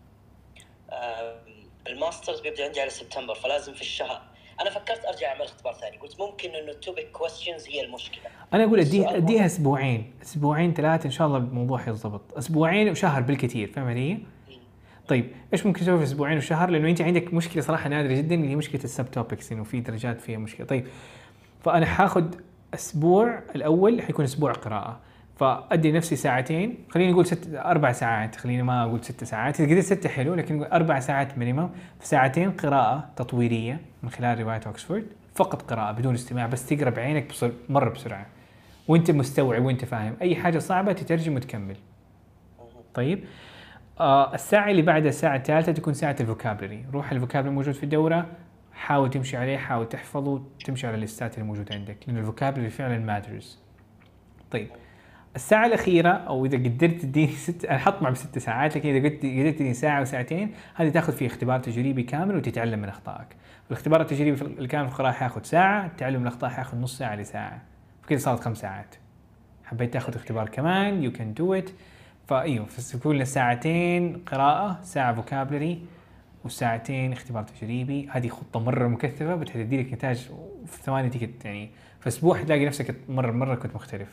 آه الماسترز بيبدا عندي على سبتمبر، فلازم في الشهر. انا فكرت ارجع اعمل اختبار ثاني، قلت ممكن انه التوبيك كويستشنز هي المشكله.
انا اقول اديها اديها اسبوعين اسبوعين ثلاثه ان شاء الله الموضوع حيضبط. اسبوعين وشهر بالكثير، فاهم علي؟ طيب ايش ممكن تسوي في اسبوعين وشهر؟ لانه انت عندك مشكله صراحه نادره جدا اللي هي مشكله السب توبكس، انه في درجات فيها مشكله. طيب فانا حاخذ اسبوع الاول حيكون اسبوع قراءه، فادي نفسي ساعتين، خليني نقول ست اربع ساعات، خليني ما اقول ست ساعات، اذا قدرت ستة حلو، لكن نقول اربع ساعات مينيمم في ساعتين قراءه تطويريه من خلال روايه اوكسفورد، فقط قراءه بدون استماع، بس تقرا بعينك بصر مره بسرعه وانت مستوعب وانت فاهم. اي حاجه صعبه تترجم وتكمل. طيب آه الساعه اللي بعد الساعه الثالثه تكون ساعه الفوكابلري. روح الفوكابلري موجود في الدوره، حاول تمشي عليه، حاول تحفظه، تمشي على الليستات الموجودة عندك، لأن الفوكابلري فعلا ماترز. طيب الساعة الأخيرة، أو إذا قدرت تديني ست، أنا حط مع بست ساعات، لكن إذا قدرت تديني ساعة وساعتين، هذه تاخذ فيه اختبار تجريبي كامل وتتعلم من أخطائك. الاختبار التجريبي الكامل في القراءة حياخذ ساعة، التعلم من الأخطاء حياخذ نص ساعة لساعة، فكذا صارت خمس ساعات. حبيت تاخذ اختبار كمان you can do it. فأيوه فسيكون لنا ساعتين قراءة، ساعة فوكابلري، وساعتين اختبار تجريبي. هذه خطة مرة مكثفة بتدي لك نتاج في ثواني تيجي، يعني في أسبوع تلاقي نفسك مرة مرة كنت مختلف.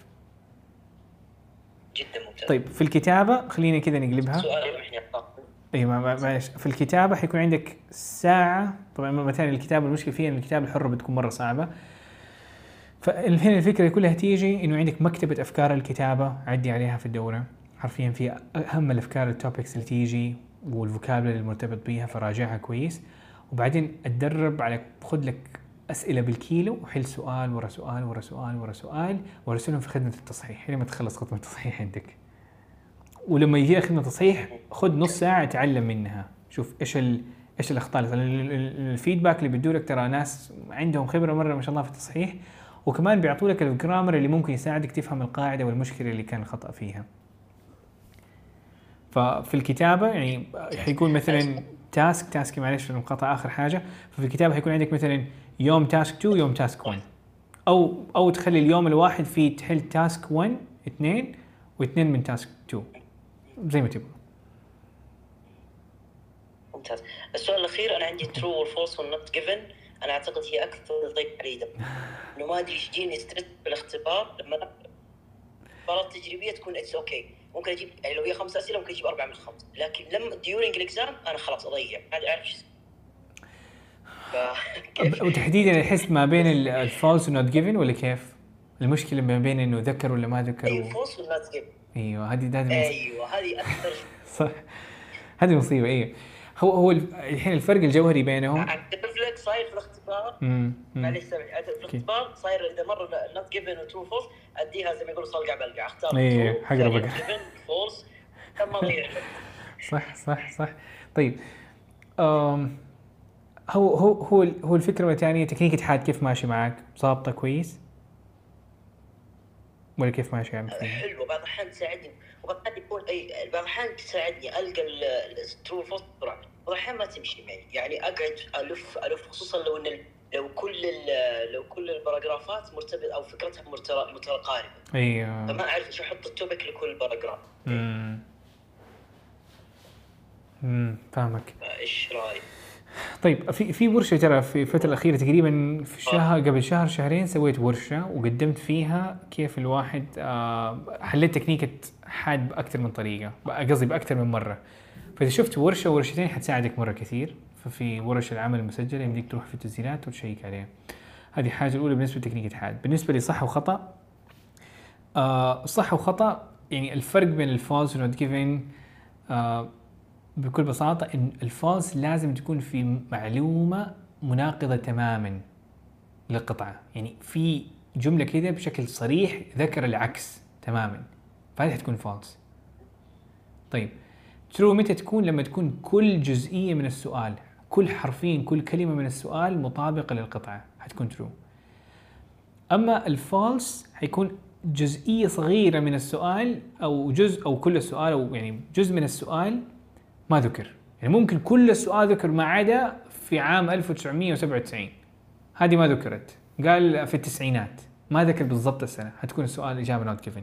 جدا ممتاز.
طيب في الكتابة خلينا كذا نقلبها.
سؤال احنا
ايوه معلش، في الكتابة حيكون عندك ساعة. طبعا مثلا الكتابة المشكلة فيها ان الكتابة الحرة بتكون مرة صعبة، فهنا الفكرة كلها تيجي انه عندك مكتبة افكار الكتابة عدي عليها في الدورة، حرفيا فيها اهم الافكار التوبكس اللي تيجي والفوكابلري المرتبط بيها، فراجعها كويس. وبعدين اتدرب على خذ لك اسئلة بالكيلو وحل سؤال ورا سؤال ورا سؤال ورا سؤال وارسلهم في خدمة التصحيح لما تخلص خدمة التصحيح عندك. ولما يجي خدمة تصحيح خذ نص ساعة تعلم منها، شوف ايش ال... ايش الاخطاء. الفيدباك اللي بيدوا لك ترى ناس عندهم خبرة مرة ما شاء الله في التصحيح، وكمان بيعطوا لك الجرامر اللي ممكن يساعدك تفهم القاعدة والمشكلة اللي كان خطأ فيها. ففي الكتابة يعني حيكون مثلا تاسك تاسك معلش المقاطعة آخر حاجة. ففي الكتابة حيكون عندك مثلا يوم تاسك اثنين يوم تاسك واحد، أو أو تخلي اليوم الواحد فيه تحل تاسك واحد اثنين واثنين من تاسك اثنين زي ما تبغى.
ممتاز. السؤال الأخير أنا عندي true or false or not given. أنا أعتقد هي أكثر ضيق علي، إنه ما أدري إيش يجيني ستريس بالاختبار. لما الاختبارات التجريبية تكون اتس أوكي، ممكن أجيب يعني لو هي خمس أسئلة ممكن أجيب أربعة من خمس، لكن لما during الإكزام أنا خلاص أضيع، هذا أعرف إيش.
وتحديدا الحس ما بين الفالس والنوت جيفن ولا كيف؟ المشكلة ما بين إنه ذكر ولا ما ذكر.
أيوة فالس والنوت جيفن.
ايوه هذه هذه
ايوه هذه اكثر
صح، هذه مصيبه. ايوه هو هو الحين الفرق الجوهري بينهم
اعترف لك صاير في الاختبار.
امم
معليش سامحني، في الاختبار صاير اذا مره نوت جيفن وترو فولس اديها زي ما يقولوا صلقع بلقع، اختار
ايوه حقرا بقى
فولس كم مضيع.
صح صح صح. طيب أم هو هو هو هو الفكره الثانيه تكنيك اتحاد كيف ماشي معك؟ ضابطه كويس ولا كيف ماشي عم فيه؟
حلو، بعض الأحيان تساعدني وبعض الأحيان يكون أي بعض الأحيان تساعدني ألقى الترو فولس بسرعة، بعض الأحيان ما تمشي معي، يعني أقعد ألف ألف خصوصا لو إن لو كل لو كل الباراجرافات مرتبط أو فكرتها متقاربة.
أيوه.
فما أعرف إيش أحط التوبك لكل باراجراف.
امم امم فاهمك.
إيش رأيك؟
طيب في في ورشه ترى في الفتره الاخيره تقريبا في شهر قبل شهر شهرين سويت ورشه وقدمت فيها كيف الواحد آه حليت تكنيكه حاد باكثر من طريقه، قصدي باكثر من مره. فاذا شفت ورشه ورشتين حتساعدك مره كثير. ففي ورش العمل المسجله يمديك تروح في التسجيلات وتشيك عليها. هذه الحاجه الاولى بالنسبه لتكنيكه حاد. بالنسبه لصح وخطا، آه صح وخطا يعني الفرق بين الفالس والنوت جيفن آه بكل بساطة إن الفالس لازم تكون في معلومة مناقضة تماماً للقطعة، يعني في جملة كده بشكل صريح ذكر العكس تماماً، فهذه حتكون فالس. طيب ترو متى تكون؟ لما تكون كل جزئية من السؤال، كل حرفين كل كلمة من السؤال مطابقة للقطعة، حتكون ترو. أما الفالس حيكون جزئية صغيرة من السؤال أو جزء أو كل السؤال أو يعني جزء من السؤال ما ذكر، يعني ممكن كل السؤال ذكر ما عدا في عام ألف وتسعمية وسبعة وتسعين، هذه ما ذكرت، قال في التسعينات ما ذكر بالضبط السنة، هتكون السؤال إجابة نوت جيفن.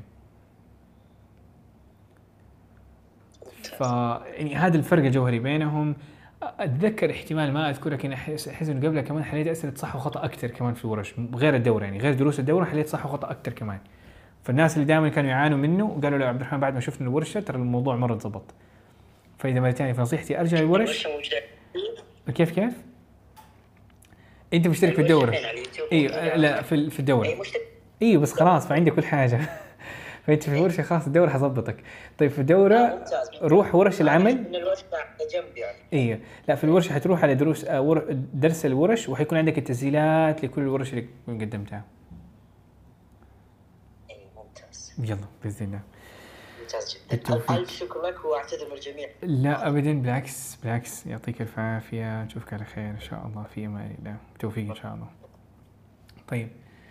ف يعني هذا الفرق الجوهري بينهم. أتذكر احتمال ما أذكر لكن أحس إنه قبلها كمان حليت أسئلة صح وخطأ أكثر كمان في الورش غير الدورة، يعني غير دروس الدورة حليت صح وخطأ أكثر كمان. فالناس اللي دائما كانوا يعانوا منه قالوا له عبد الرحمن بعد ما شفنا الورشة ترى الموضوع مرة ضبط. فإذا مرة ثانية فنصيحتي أرجع الورش. كيف كيف؟ أنت مشترك في الدورة؟ أيوة لا في في الدورة. أيوة بس خلاص فعندي كل حاجة. فأنت في الورشة خلاص الدورة حظبطك. طيب في الدورة روح ورش العمل.
من الورشة جنب يعني.
أيوة لا في الورشة حتروح على دروس درس الورش وحيكون عندك التسجيلات لكل الورش اللي قدمتها.
ممتاز.
يلا بإذن الله.
ممتاز جدا.
بالتوفيق.
ألف شكر لك وأعتذر من الجميع.
لا أبدا، بالعكس بالعكس، يعطيك الف عافية، نشوفك على خير إن شاء الله، في أمان الله، بالتوفيق إن شاء الله. طيب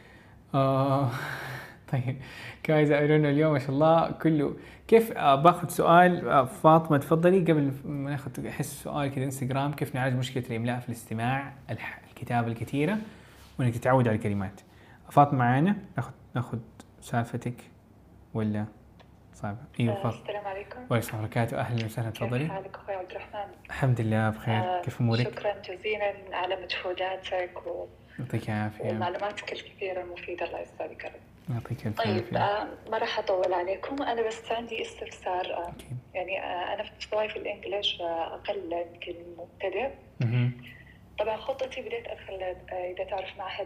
آه طيب كايزة أيرون اليوم ما شاء الله كله كيف. آه باخذ سؤال. آه فاطمة تفضلي قبل ما ناخذ أحس سؤال كذا انستغرام، كيف نعالج مشكلة الإملاء في الاستماع الح... الكتابة الكثيرة وإنك تتعود على الكلمات. فاطمة معانا، ناخذ ناخذ سالفتك ولا صعب؟ ايوه فاطمة.
السلام عليكم.
وعليكم السلام وبركاته، اهلا وسهلا، تفضلي.
كيف حالك اخوي عبد الرحمن؟
الحمد لله بخير. آه كيف امورك؟
شكرا جزيلا على مجهوداتك و...
يعطيك العافيه
ومعلوماتك الكثيره المفيده، الله يسعدك يا رب.
يعطيك الف
طيب
عافيه.
آه ما راح اطول عليكم، انا بس عندي استفسار. آه يعني آه انا في مستواي في الانجليش آه اقل يمكن مبتدئ. طبعا خطتي بديت ادخل آه اذا تعرف معهد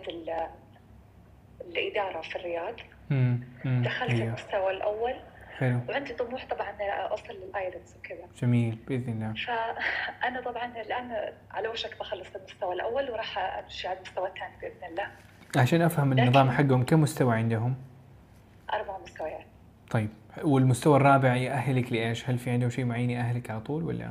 الاداره في الرياض.
مم. مم.
دخلت
أيوه.
المستوى الاول.
حلو.
وعندي طموح طبعا اوصل للايلتس وكذا.
جميل باذن الله.
فانا طبعا الان على وشك بخلص المستوى الاول وراح امشي على المستوى الثاني باذن الله.
عشان افهم النظام حقهم كم مستوى عندهم؟
اربع مستويات.
طيب والمستوى الرابع يأهلك لايش؟ هل في عندهم شيء معين يأهلك على طول ولا؟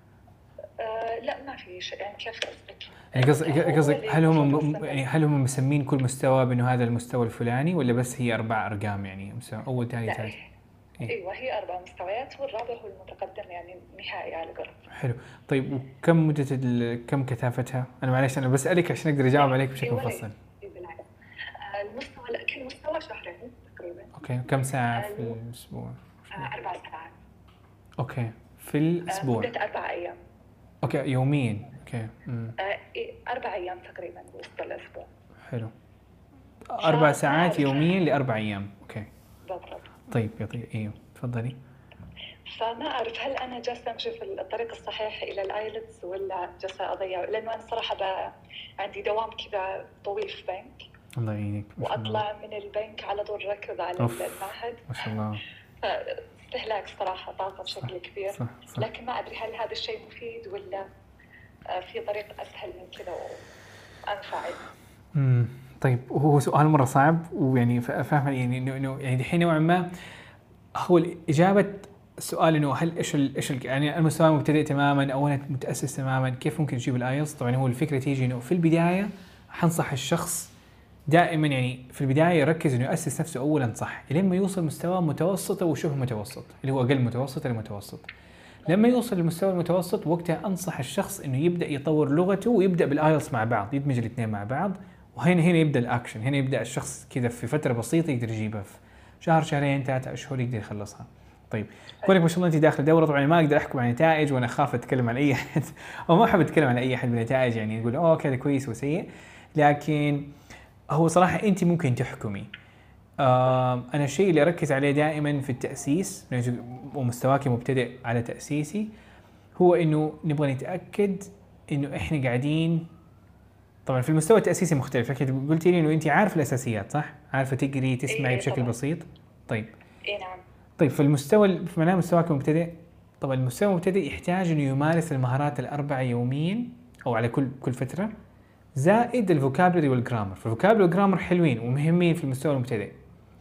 آه لا ما في شيء. يعني كيف قصدك؟
يعني قصدك قصدك هل هم يعني هل هم مسمين كل مستوى بانه هذا المستوى الفلاني ولا بس هي اربع ارقام يعني مستوى اول ثاني ثالث؟
إيه؟ ايوه هي اربع مستويات والرابع هو المتقدم يعني نهائي على قرب.
حلو. طيب وكم مدة ال... كم كثافتها؟ انا معلش انا بسألك عشان اقدر اجاوب عليك بشكل مفصل.
المستوى كل مستوى شهرين تقريبا.
اوكي. كم ساعة في الاسبوع؟
اربع ساعات.
اوكي في الاسبوع.
مدة اربع ايام.
اوكي يوميا. اوكي. امم
اربع ايام تقريبا وسط الاسبوع.
حلو. اربع ساعات يوميا لاربع ايام. اوكي
بالضبط.
طيب يعطيك. ايوه تفضلي.
فما أعرف هل أنا جالسة أمشي في الطريق الصحيح إلى الآيلتس ولا جالسة أضيع، لأنه أنا صراحة بقى عندي دوام كذا طويل في بنك.
الله يعينك.
وأطلع من البنك على طول ركض على المعهد.
ما شاء الله.
استهلاك صراحة طاقة بشكل صح كبير. صح صح. لكن ما أدري هل هذا الشيء مفيد ولا في طريق أسهل من كذا وأنفع.
امم طيب هو سؤال مرة صعب ويعني فاهم يعني إنه يعني الحين نوعا ما هو الإجابة السؤال انه هل ايش ايش يعني المستوى مبتدئ تماما او انا متاسس تماما كيف ممكن اجيب الايلتس؟ طبعا هو الفكره تيجي انه في البدايه حنصح الشخص دائما يعني في البدايه يركز انه ياسس نفسه اولا صح لما يوصل مستوى متوسط او شبه متوسط اللي هو اقل متوسط للمتوسط. لما يوصل للمستوى المتوسط وقتها انصح الشخص انه يبدا يطور لغته ويبدا بالايلتس مع بعض، يدمج الاثنين مع بعض، وهنا هنا يبدا الاكشن، هنا يبدا الشخص كذا في فتره بسيطه يقدر يجيبها في شهر شهرين ثلاثه اشهر يقدر يخلصها. طيب كونك ما شاء الله انت داخل دوره طبعا ما اقدر احكم عن النتائج وانا اخاف اتكلم عن اي احد او ما احب اتكلم عن اي احد بالنتائج يعني نقول اوه كذا كويس وسيء، لكن هو صراحه انت ممكن تحكمي. آه انا الشيء اللي اركز عليه دائما في التاسيس ومستواك مبتدئ على تاسيسي هو انه نبغى نتاكد انه احنا قاعدين طبعا في المستوى التاسيسي مختلف. لكن قلتي لي انه انت عارفه الاساسيات صح؟ عارفه تقري تسمعي
إيه
بشكل
طبعا.
بسيط. طيب
اي نعم.
طيب في المستوى في معناه مستواك مبتدئ، طبعا المستوى المبتدئ يحتاج انه يمارس المهارات الاربعه يوميا او على كل كل فتره زائد الفوكابلري والجرامر. فالفوكابلري والجرامر حلوين ومهمين في المستوى المبتدئ.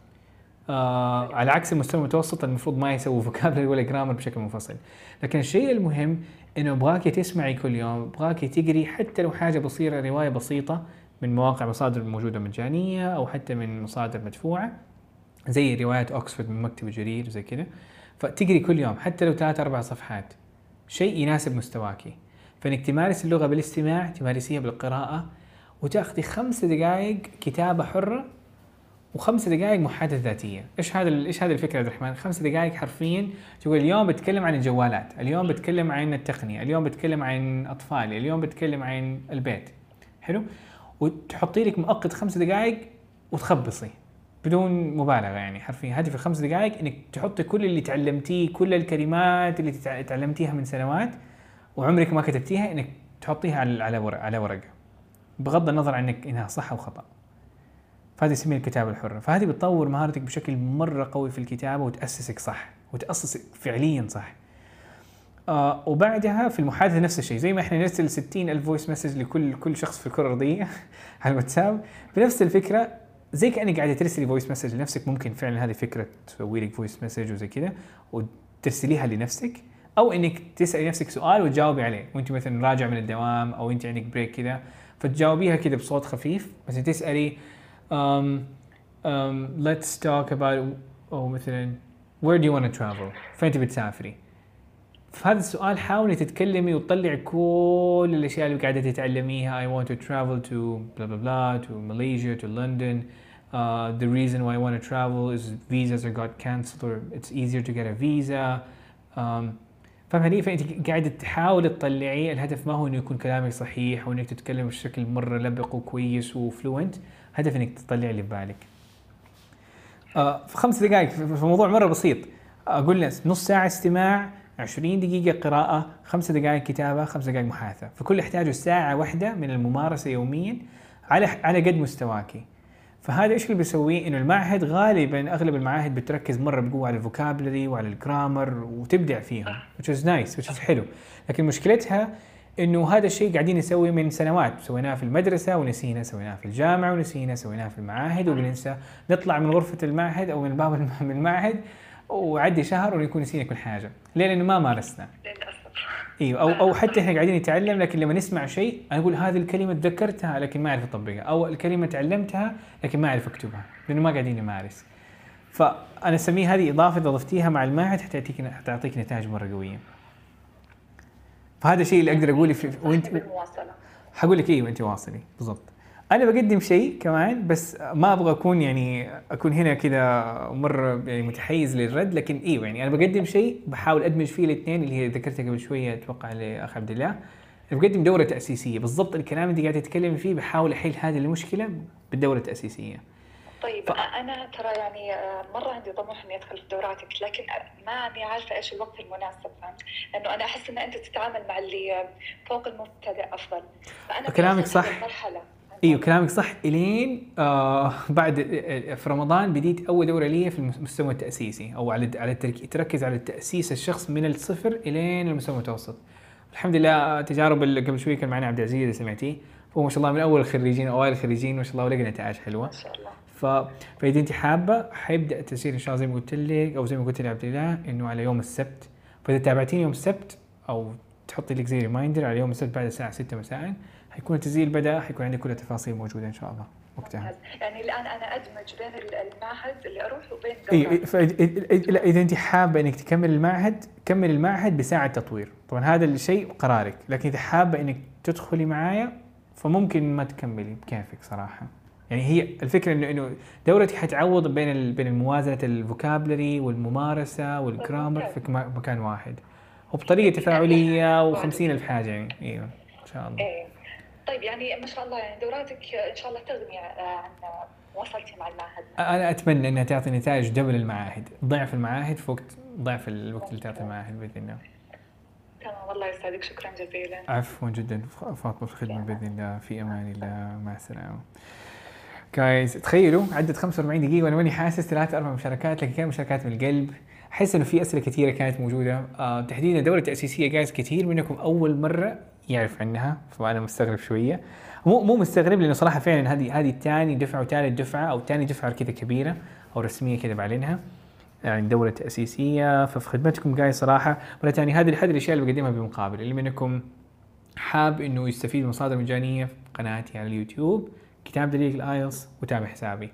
آه على عكس المستوى المتوسط المفروض ما يسوي فوكابلري ولا جرامر بشكل منفصل. لكن الشيء المهم انه ابغاكي تسمعي كل يوم، ابغاكي تقري حتى لو حاجه بسيطه روايه بسيطه من مواقع مصادر موجوده مجانيه او حتى من مصادر مدفوعه زي روايات اوكسفورد من مكتبة جرير وزي كذا، فتقري كل يوم حتى لو ثلاث اربع صفحات شيء يناسب مستواكي. فانك تمارس اللغه بالاستماع، تمارسيها بالقراءه، وتاخذي خمس دقائق كتابه حره وخمس دقائق محادثه ذاتيه. ايش هذا ايش هذه الفكره عبد الرحمن؟ خمس دقائق حرفيا تقول اليوم بتكلم عن الجوالات، اليوم بتكلم عن التقنيه، اليوم بتكلم عن اطفالي، اليوم بتكلم عن البيت. حلو؟ وتحطي لك مؤقت خمس دقائق وتخبصي بدون مبالغه يعني حرفيا. هذه في الخمس دقائق انك تحطي كل اللي تعلمتيه، كل الكلمات اللي تعلمتيها من سنوات وعمرك ما كتبتيها، انك تحطيها على على ورقه على ورقه بغض النظر عنك انها صح او خطا. فهذه اسمها الكتابه الحره. فهذه بتطور مهارتك بشكل مره قوي في الكتابه وتاسسك صح وتاسسك فعليا صح. آه وبعدها في المحادثه نفس الشيء، زي ما احنا نرسل ستين ألف فويس مسج لكل كل شخص في الكره الارضيه على الواتساب، بنفس الفكره زي كأنك قاعدة ترسلي فويس مسج لنفسك. ممكن فعلا هذه فكرة تسوي لك فويس مسج وزي كذا وترسليها لنفسك، أو إنك تسألي نفسك سؤال وتجاوبي عليه وأنت مثلا راجع من الدوام أو أنت عندك بريك كذا، فتجاوبيها كذا بصوت خفيف. مثلا تسألي um, um, let's talk about أو مثلا where do you want to travel، فين تبي تسافري. فهذا السؤال حاولي تتكلمي وتطلعي كل الأشياء اللي قاعدة تتعلميها. I want to travel to blah blah blah to Malaysia to London. Uh, the reason why I want to travel is visas are got cancelled or it's easier to get a visa. Um, فهمتني؟ فأنت قاعدة تحاولي تطلعي. الهدف ما هو إنه يكون كلامك صحيح وإنك تتكلم بشكل مرة لبق وكويس وفلوينت، هدف إنك تطلعي اللي ببالك. آه في خمس دقائق في موضوع مرة بسيط، أقول لك نص ساعة استماع، عشرين دقيقة قراءة، خمس دقائق كتابة، خمس دقائق محادثة. فكل يحتاجوا ساعة واحدة من الممارسة يوميا على على قد مستواكي. فهذا ايش اللي بيسويه؟ انه المعهد غالبا اغلب المعاهد بتركز مرة بقوة على الفوكابلري وعلى الجرامر وتبدع فيهم which is nice which is حلو. لكن مشكلتها انه هذا الشيء قاعدين نسويه من سنوات، سويناه في المدرسة ونسينا، سويناه في الجامعة ونسينا، سويناه في المعاهد وبننسى. نطلع من غرفة المعهد او من باب من المعهد وعدي شهر ونكون نسينا كل حاجة. ليه؟ لأنه ما مارسنا. ايوه او او حتى احنا قاعدين نتعلم، لكن لما نسمع شيء انا اقول هذه الكلمه تذكرتها لكن ما اعرف اطبقها، او الكلمه تعلمتها لكن ما اعرف اكتبها لانه ما قاعدين نمارس. فانا اسميه هذه اضافه اذا ضفتيها مع المعهد حتعطيك حتعطيك نتائج مره قويه. فهذا الشيء اللي اقدر اقوله في وانت حقول لك ايوه انت واصلي بالضبط. انا بقدم شيء كمان بس ما ابغى اكون يعني اكون هنا كذا مره يعني متحيز للرد، لكن ايوه يعني انا بقدم شيء بحاول ادمج فيه الاثنين اللي هي ذكرتها قبل شويه اتوقع لاخ عبد الله. انا بقدم دوره تاسيسيه بالضبط، الكلام اللي قاعد تتكلم فيه بحاول احل هذه المشكله بالدوره التاسيسيه.
طيب ف... انا ترى يعني مره عندي طموح اني ادخل في دوراتك، لكن ما اني عارفه ايش الوقت المناسب، فهمت؟ لانه انا احس ان انت تتعامل مع اللي فوق المبتدئ افضل. فانا
كلامك صح. ايوه كلامك صح. الين آه بعد في رمضان بديت اول دوره لي في المستوى التاسيسي، او على على تركز على التاسيس الشخص من الصفر الين المستوى المتوسط. الحمد لله تجارب اللي قبل شوي كان معنا عبد العزيز اللي سمعتيه، هو ما شاء الله من اول الخريجين اوائل الخريجين ما شاء الله ولقى نتائج حلوه ما شاء الله. ف... فاذا انت حابه حيبدا التسجيل ان شاء الله زي ما قلت لك او زي ما قلت لي عبد الله انه على يوم السبت. فاذا تابعتيني يوم السبت او تحطي لك زي ريمايندر على يوم السبت بعد الساعه ستة مساء حيكون التسجيل بدأ، حيكون عندي كل التفاصيل موجودة إن شاء الله وقتها.
يعني الآن أنا أدمج بين المعهد اللي أروح وبين
إيه إذا أنت حابة إنك تكمل المعهد كمل المعهد بساعة تطوير، طبعا هذا الشيء قرارك، لكن إذا حابة إنك تدخلي معايا فممكن ما تكملي بكيفك صراحة. يعني هي الفكرة إنه إنه دورتي حتعوض بين بين الموازنة الفوكابلري والممارسة والجرامر في مكان واحد وبطريقة تفاعلية وخمسين ألف حاجة يعني. أيوة إن شاء الله.
إيه. طيب يعني ما شاء الله يعني دوراتك إن شاء الله تغني عن وصلتي مع المعهد.
أنا أتمنى أنها تعطي نتائج دبل المعاهد، ضعف المعاهد في وقت ضعف الوقت اللي تعطي المعاهد بإذن الله.
تمام والله يسعدك، شكرا جزيلا.
عفوا جدا فاطمة، في الخدمة بإذن الله، في أمان الله، مع السلامة. جايز تخيلوا عدت خمسة وأربعين دقيقة وأنا ماني حاسس ثلاثة أربع مشاركات، لكن كانت مشاركات من القلب. أحس إنه في أسئلة كثيرة كانت موجودة آه تحديدا دورة تأسيسية. جايز كثير منكم أول مرة يعرف عنها، فأنا مستغرب شوية. مو مو مستغرب لأنه صراحة فعلا هذه هذه ثاني دفعة وثالث دفعة أو ثاني دفعة كذا كبيرة أو رسمية كذا بعلنها يعني دورة تأسيسية. ففي خدمتكم جاي صراحة مرة ثانية. هذه هذه الأشياء اللي بقدمها بمقابل. اللي منكم حاب إنه يستفيد من مصادر مجانية في قناتي على اليوتيوب كتاب دليل الآيلتس وتابع حسابي.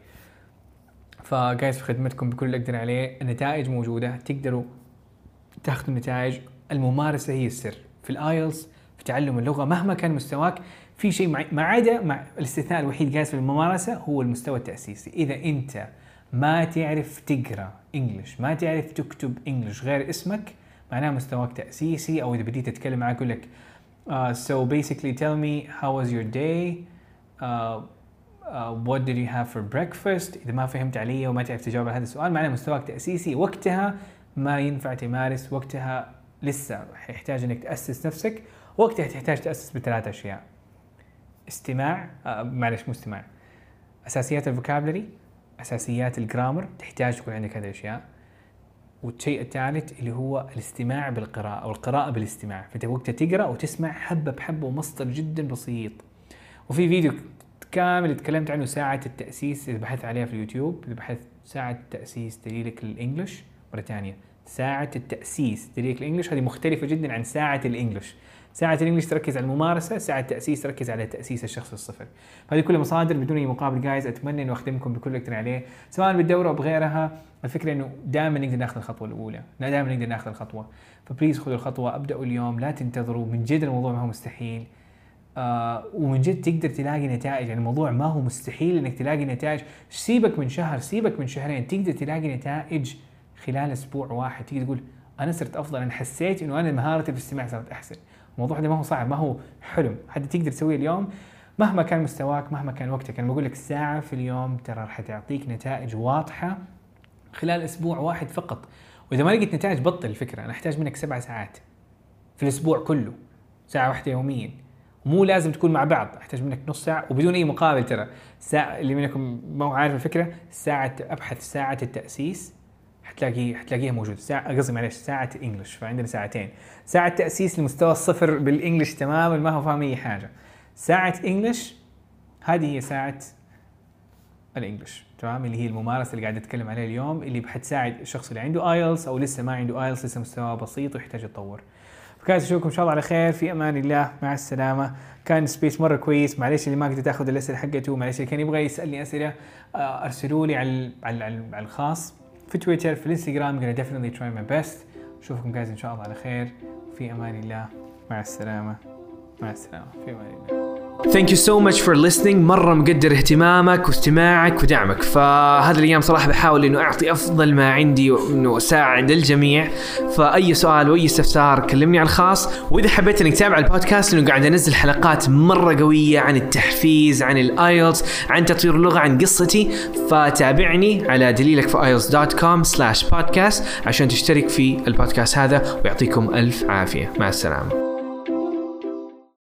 فجايز في خدمتكم بكل اللي أقدر عليه. النتائج موجودة، تقدروا تاخذوا النتائج. الممارسة هي السر في الآيلتس في تعلم اللغة مهما كان مستواك. في شيء ما عدا مع الاستثناء الوحيد جالس في الممارسة هو المستوى التأسيسي. إذا أنت ما تعرف تقرأ إنجليش، ما تعرف تكتب إنجليش غير اسمك، معناه مستواك تأسيسي. أو إذا بديت تتكلم معك يقول لك uh, so basically tell me how was your day uh, uh, what did you have for breakfast. إذا ما فهمت علي وما تعرف تجاوب على هذا السؤال معناه مستواك تأسيسي. وقتها ما ينفع تمارس، وقتها لسه يحتاج إنك تأسس نفسك. وقتها تحتاج تأسس بثلاث أشياء: استماع آه معلش مو استماع أساسيات الفوكابلري، أساسيات الجرامر، تحتاج تكون عندك هذه الأشياء. والشيء الثالث اللي هو الاستماع بالقراءة أو القراءة بالاستماع. فأنت وقتها تقرأ وتسمع حبة بحبة ومصدر جدا بسيط. وفي فيديو كامل اللي تكلمت عنه ساعة التأسيس اللي بحثت عليها في اليوتيوب، اللي بحثت ساعة تأسيس دليلك للإنجليش مرة ثانية، ساعة التأسيس دليلك للإنجليش هذه مختلفة جدا عن ساعة الإنجليش. ساعة الإنجليش تركز على الممارسة، ساعة التأسيس تركز على تأسيس الشخص الصفر. هذه كلها مصادر بدون أي مقابل جايز، أتمنى إنه أخدمكم بكل اللي أقدر عليه سواء بالدورة أو بغيرها. الفكرة إنه دائما نقدر ناخذ الخطوة الأولى، دائما نقدر ناخذ الخطوة، فبليز خذوا الخطوة، أبدأوا اليوم، لا تنتظروا. من جد الموضوع ما هو مستحيل، آه ومن جد تقدر تلاقي نتائج. يعني الموضوع ما هو مستحيل إنك تلاقي نتائج، سيبك من شهر سيبك من شهرين، تقدر تلاقي نتائج خلال أسبوع واحد. تقدر تقول أنا صرت أفضل، أنا حسيت إنه أنا مهارتي في الاستماع صارت أحسن. الموضوع ده ما هو صعب، ما هو حلم، حد تقدر تسويه اليوم مهما كان مستواك مهما كان وقتك. أنا بقول لك ساعة في اليوم ترى راح تعطيك نتائج واضحة خلال أسبوع واحد فقط. وإذا ما لقيت نتائج بطل الفكرة، أنا أحتاج منك سبع ساعات في الأسبوع كله، ساعة واحدة يوميا، مو لازم تكون مع بعض، أحتاج منك نص ساعة وبدون أي مقابل. ترى ساعة اللي منكم ما هو عارف الفكرة، ساعة أبحث ساعة التأسيس حتلاقي حتلاقيها موجودة. ساعة قصدي معلش ساعة إنجليش، فعندنا ساعتين، ساعة تأسيس لمستوى الصفر بالإنجليش تماما ما هو فاهم أي حاجة، ساعة إنجليش هذه هي ساعة الإنجليش تمام، اللي هي الممارسة اللي قاعد أتكلم عليها اليوم، اللي بحتساعد الشخص اللي عنده آيلتس أو لسه ما عنده آيلتس، لسه مستواه بسيط ويحتاج يتطور. فكانت أشوفكم إن شاء الله على خير، في أمان الله، مع السلامة. كان سبيس مرة كويس، معليش اللي ما قدرت أخذ الأسئلة حقته، معليش اللي كان يبغى يسألني أسئلة أرسلوا لي على على على الخاص في تويتر في الانستغرام. gonna definitely try my best. أشوفكم جايز إن شاء الله على خير، في أمان الله، مع السلامة، مع السلامة، في أمان الله.
Thank you so much for listening. مرة مقدر اهتمامك واستماعك ودعمك. فهذه الأيام صراحة بحاول إنه أعطي أفضل ما عندي وإنه أساعد الجميع. فأي سؤال وأي استفسار كلمني على الخاص. وإذا حبيت إنك تتابع البودكاست لأنه قاعد أنزل حلقات مرة قوية عن التحفيز، عن الآيلتس، عن تطوير اللغة، عن قصتي، فتابعني على دليلك في آيلتس دوت كوم سلاش بودكاست عشان تشترك في البودكاست هذا، ويعطيكم ألف عافية. مع السلامة.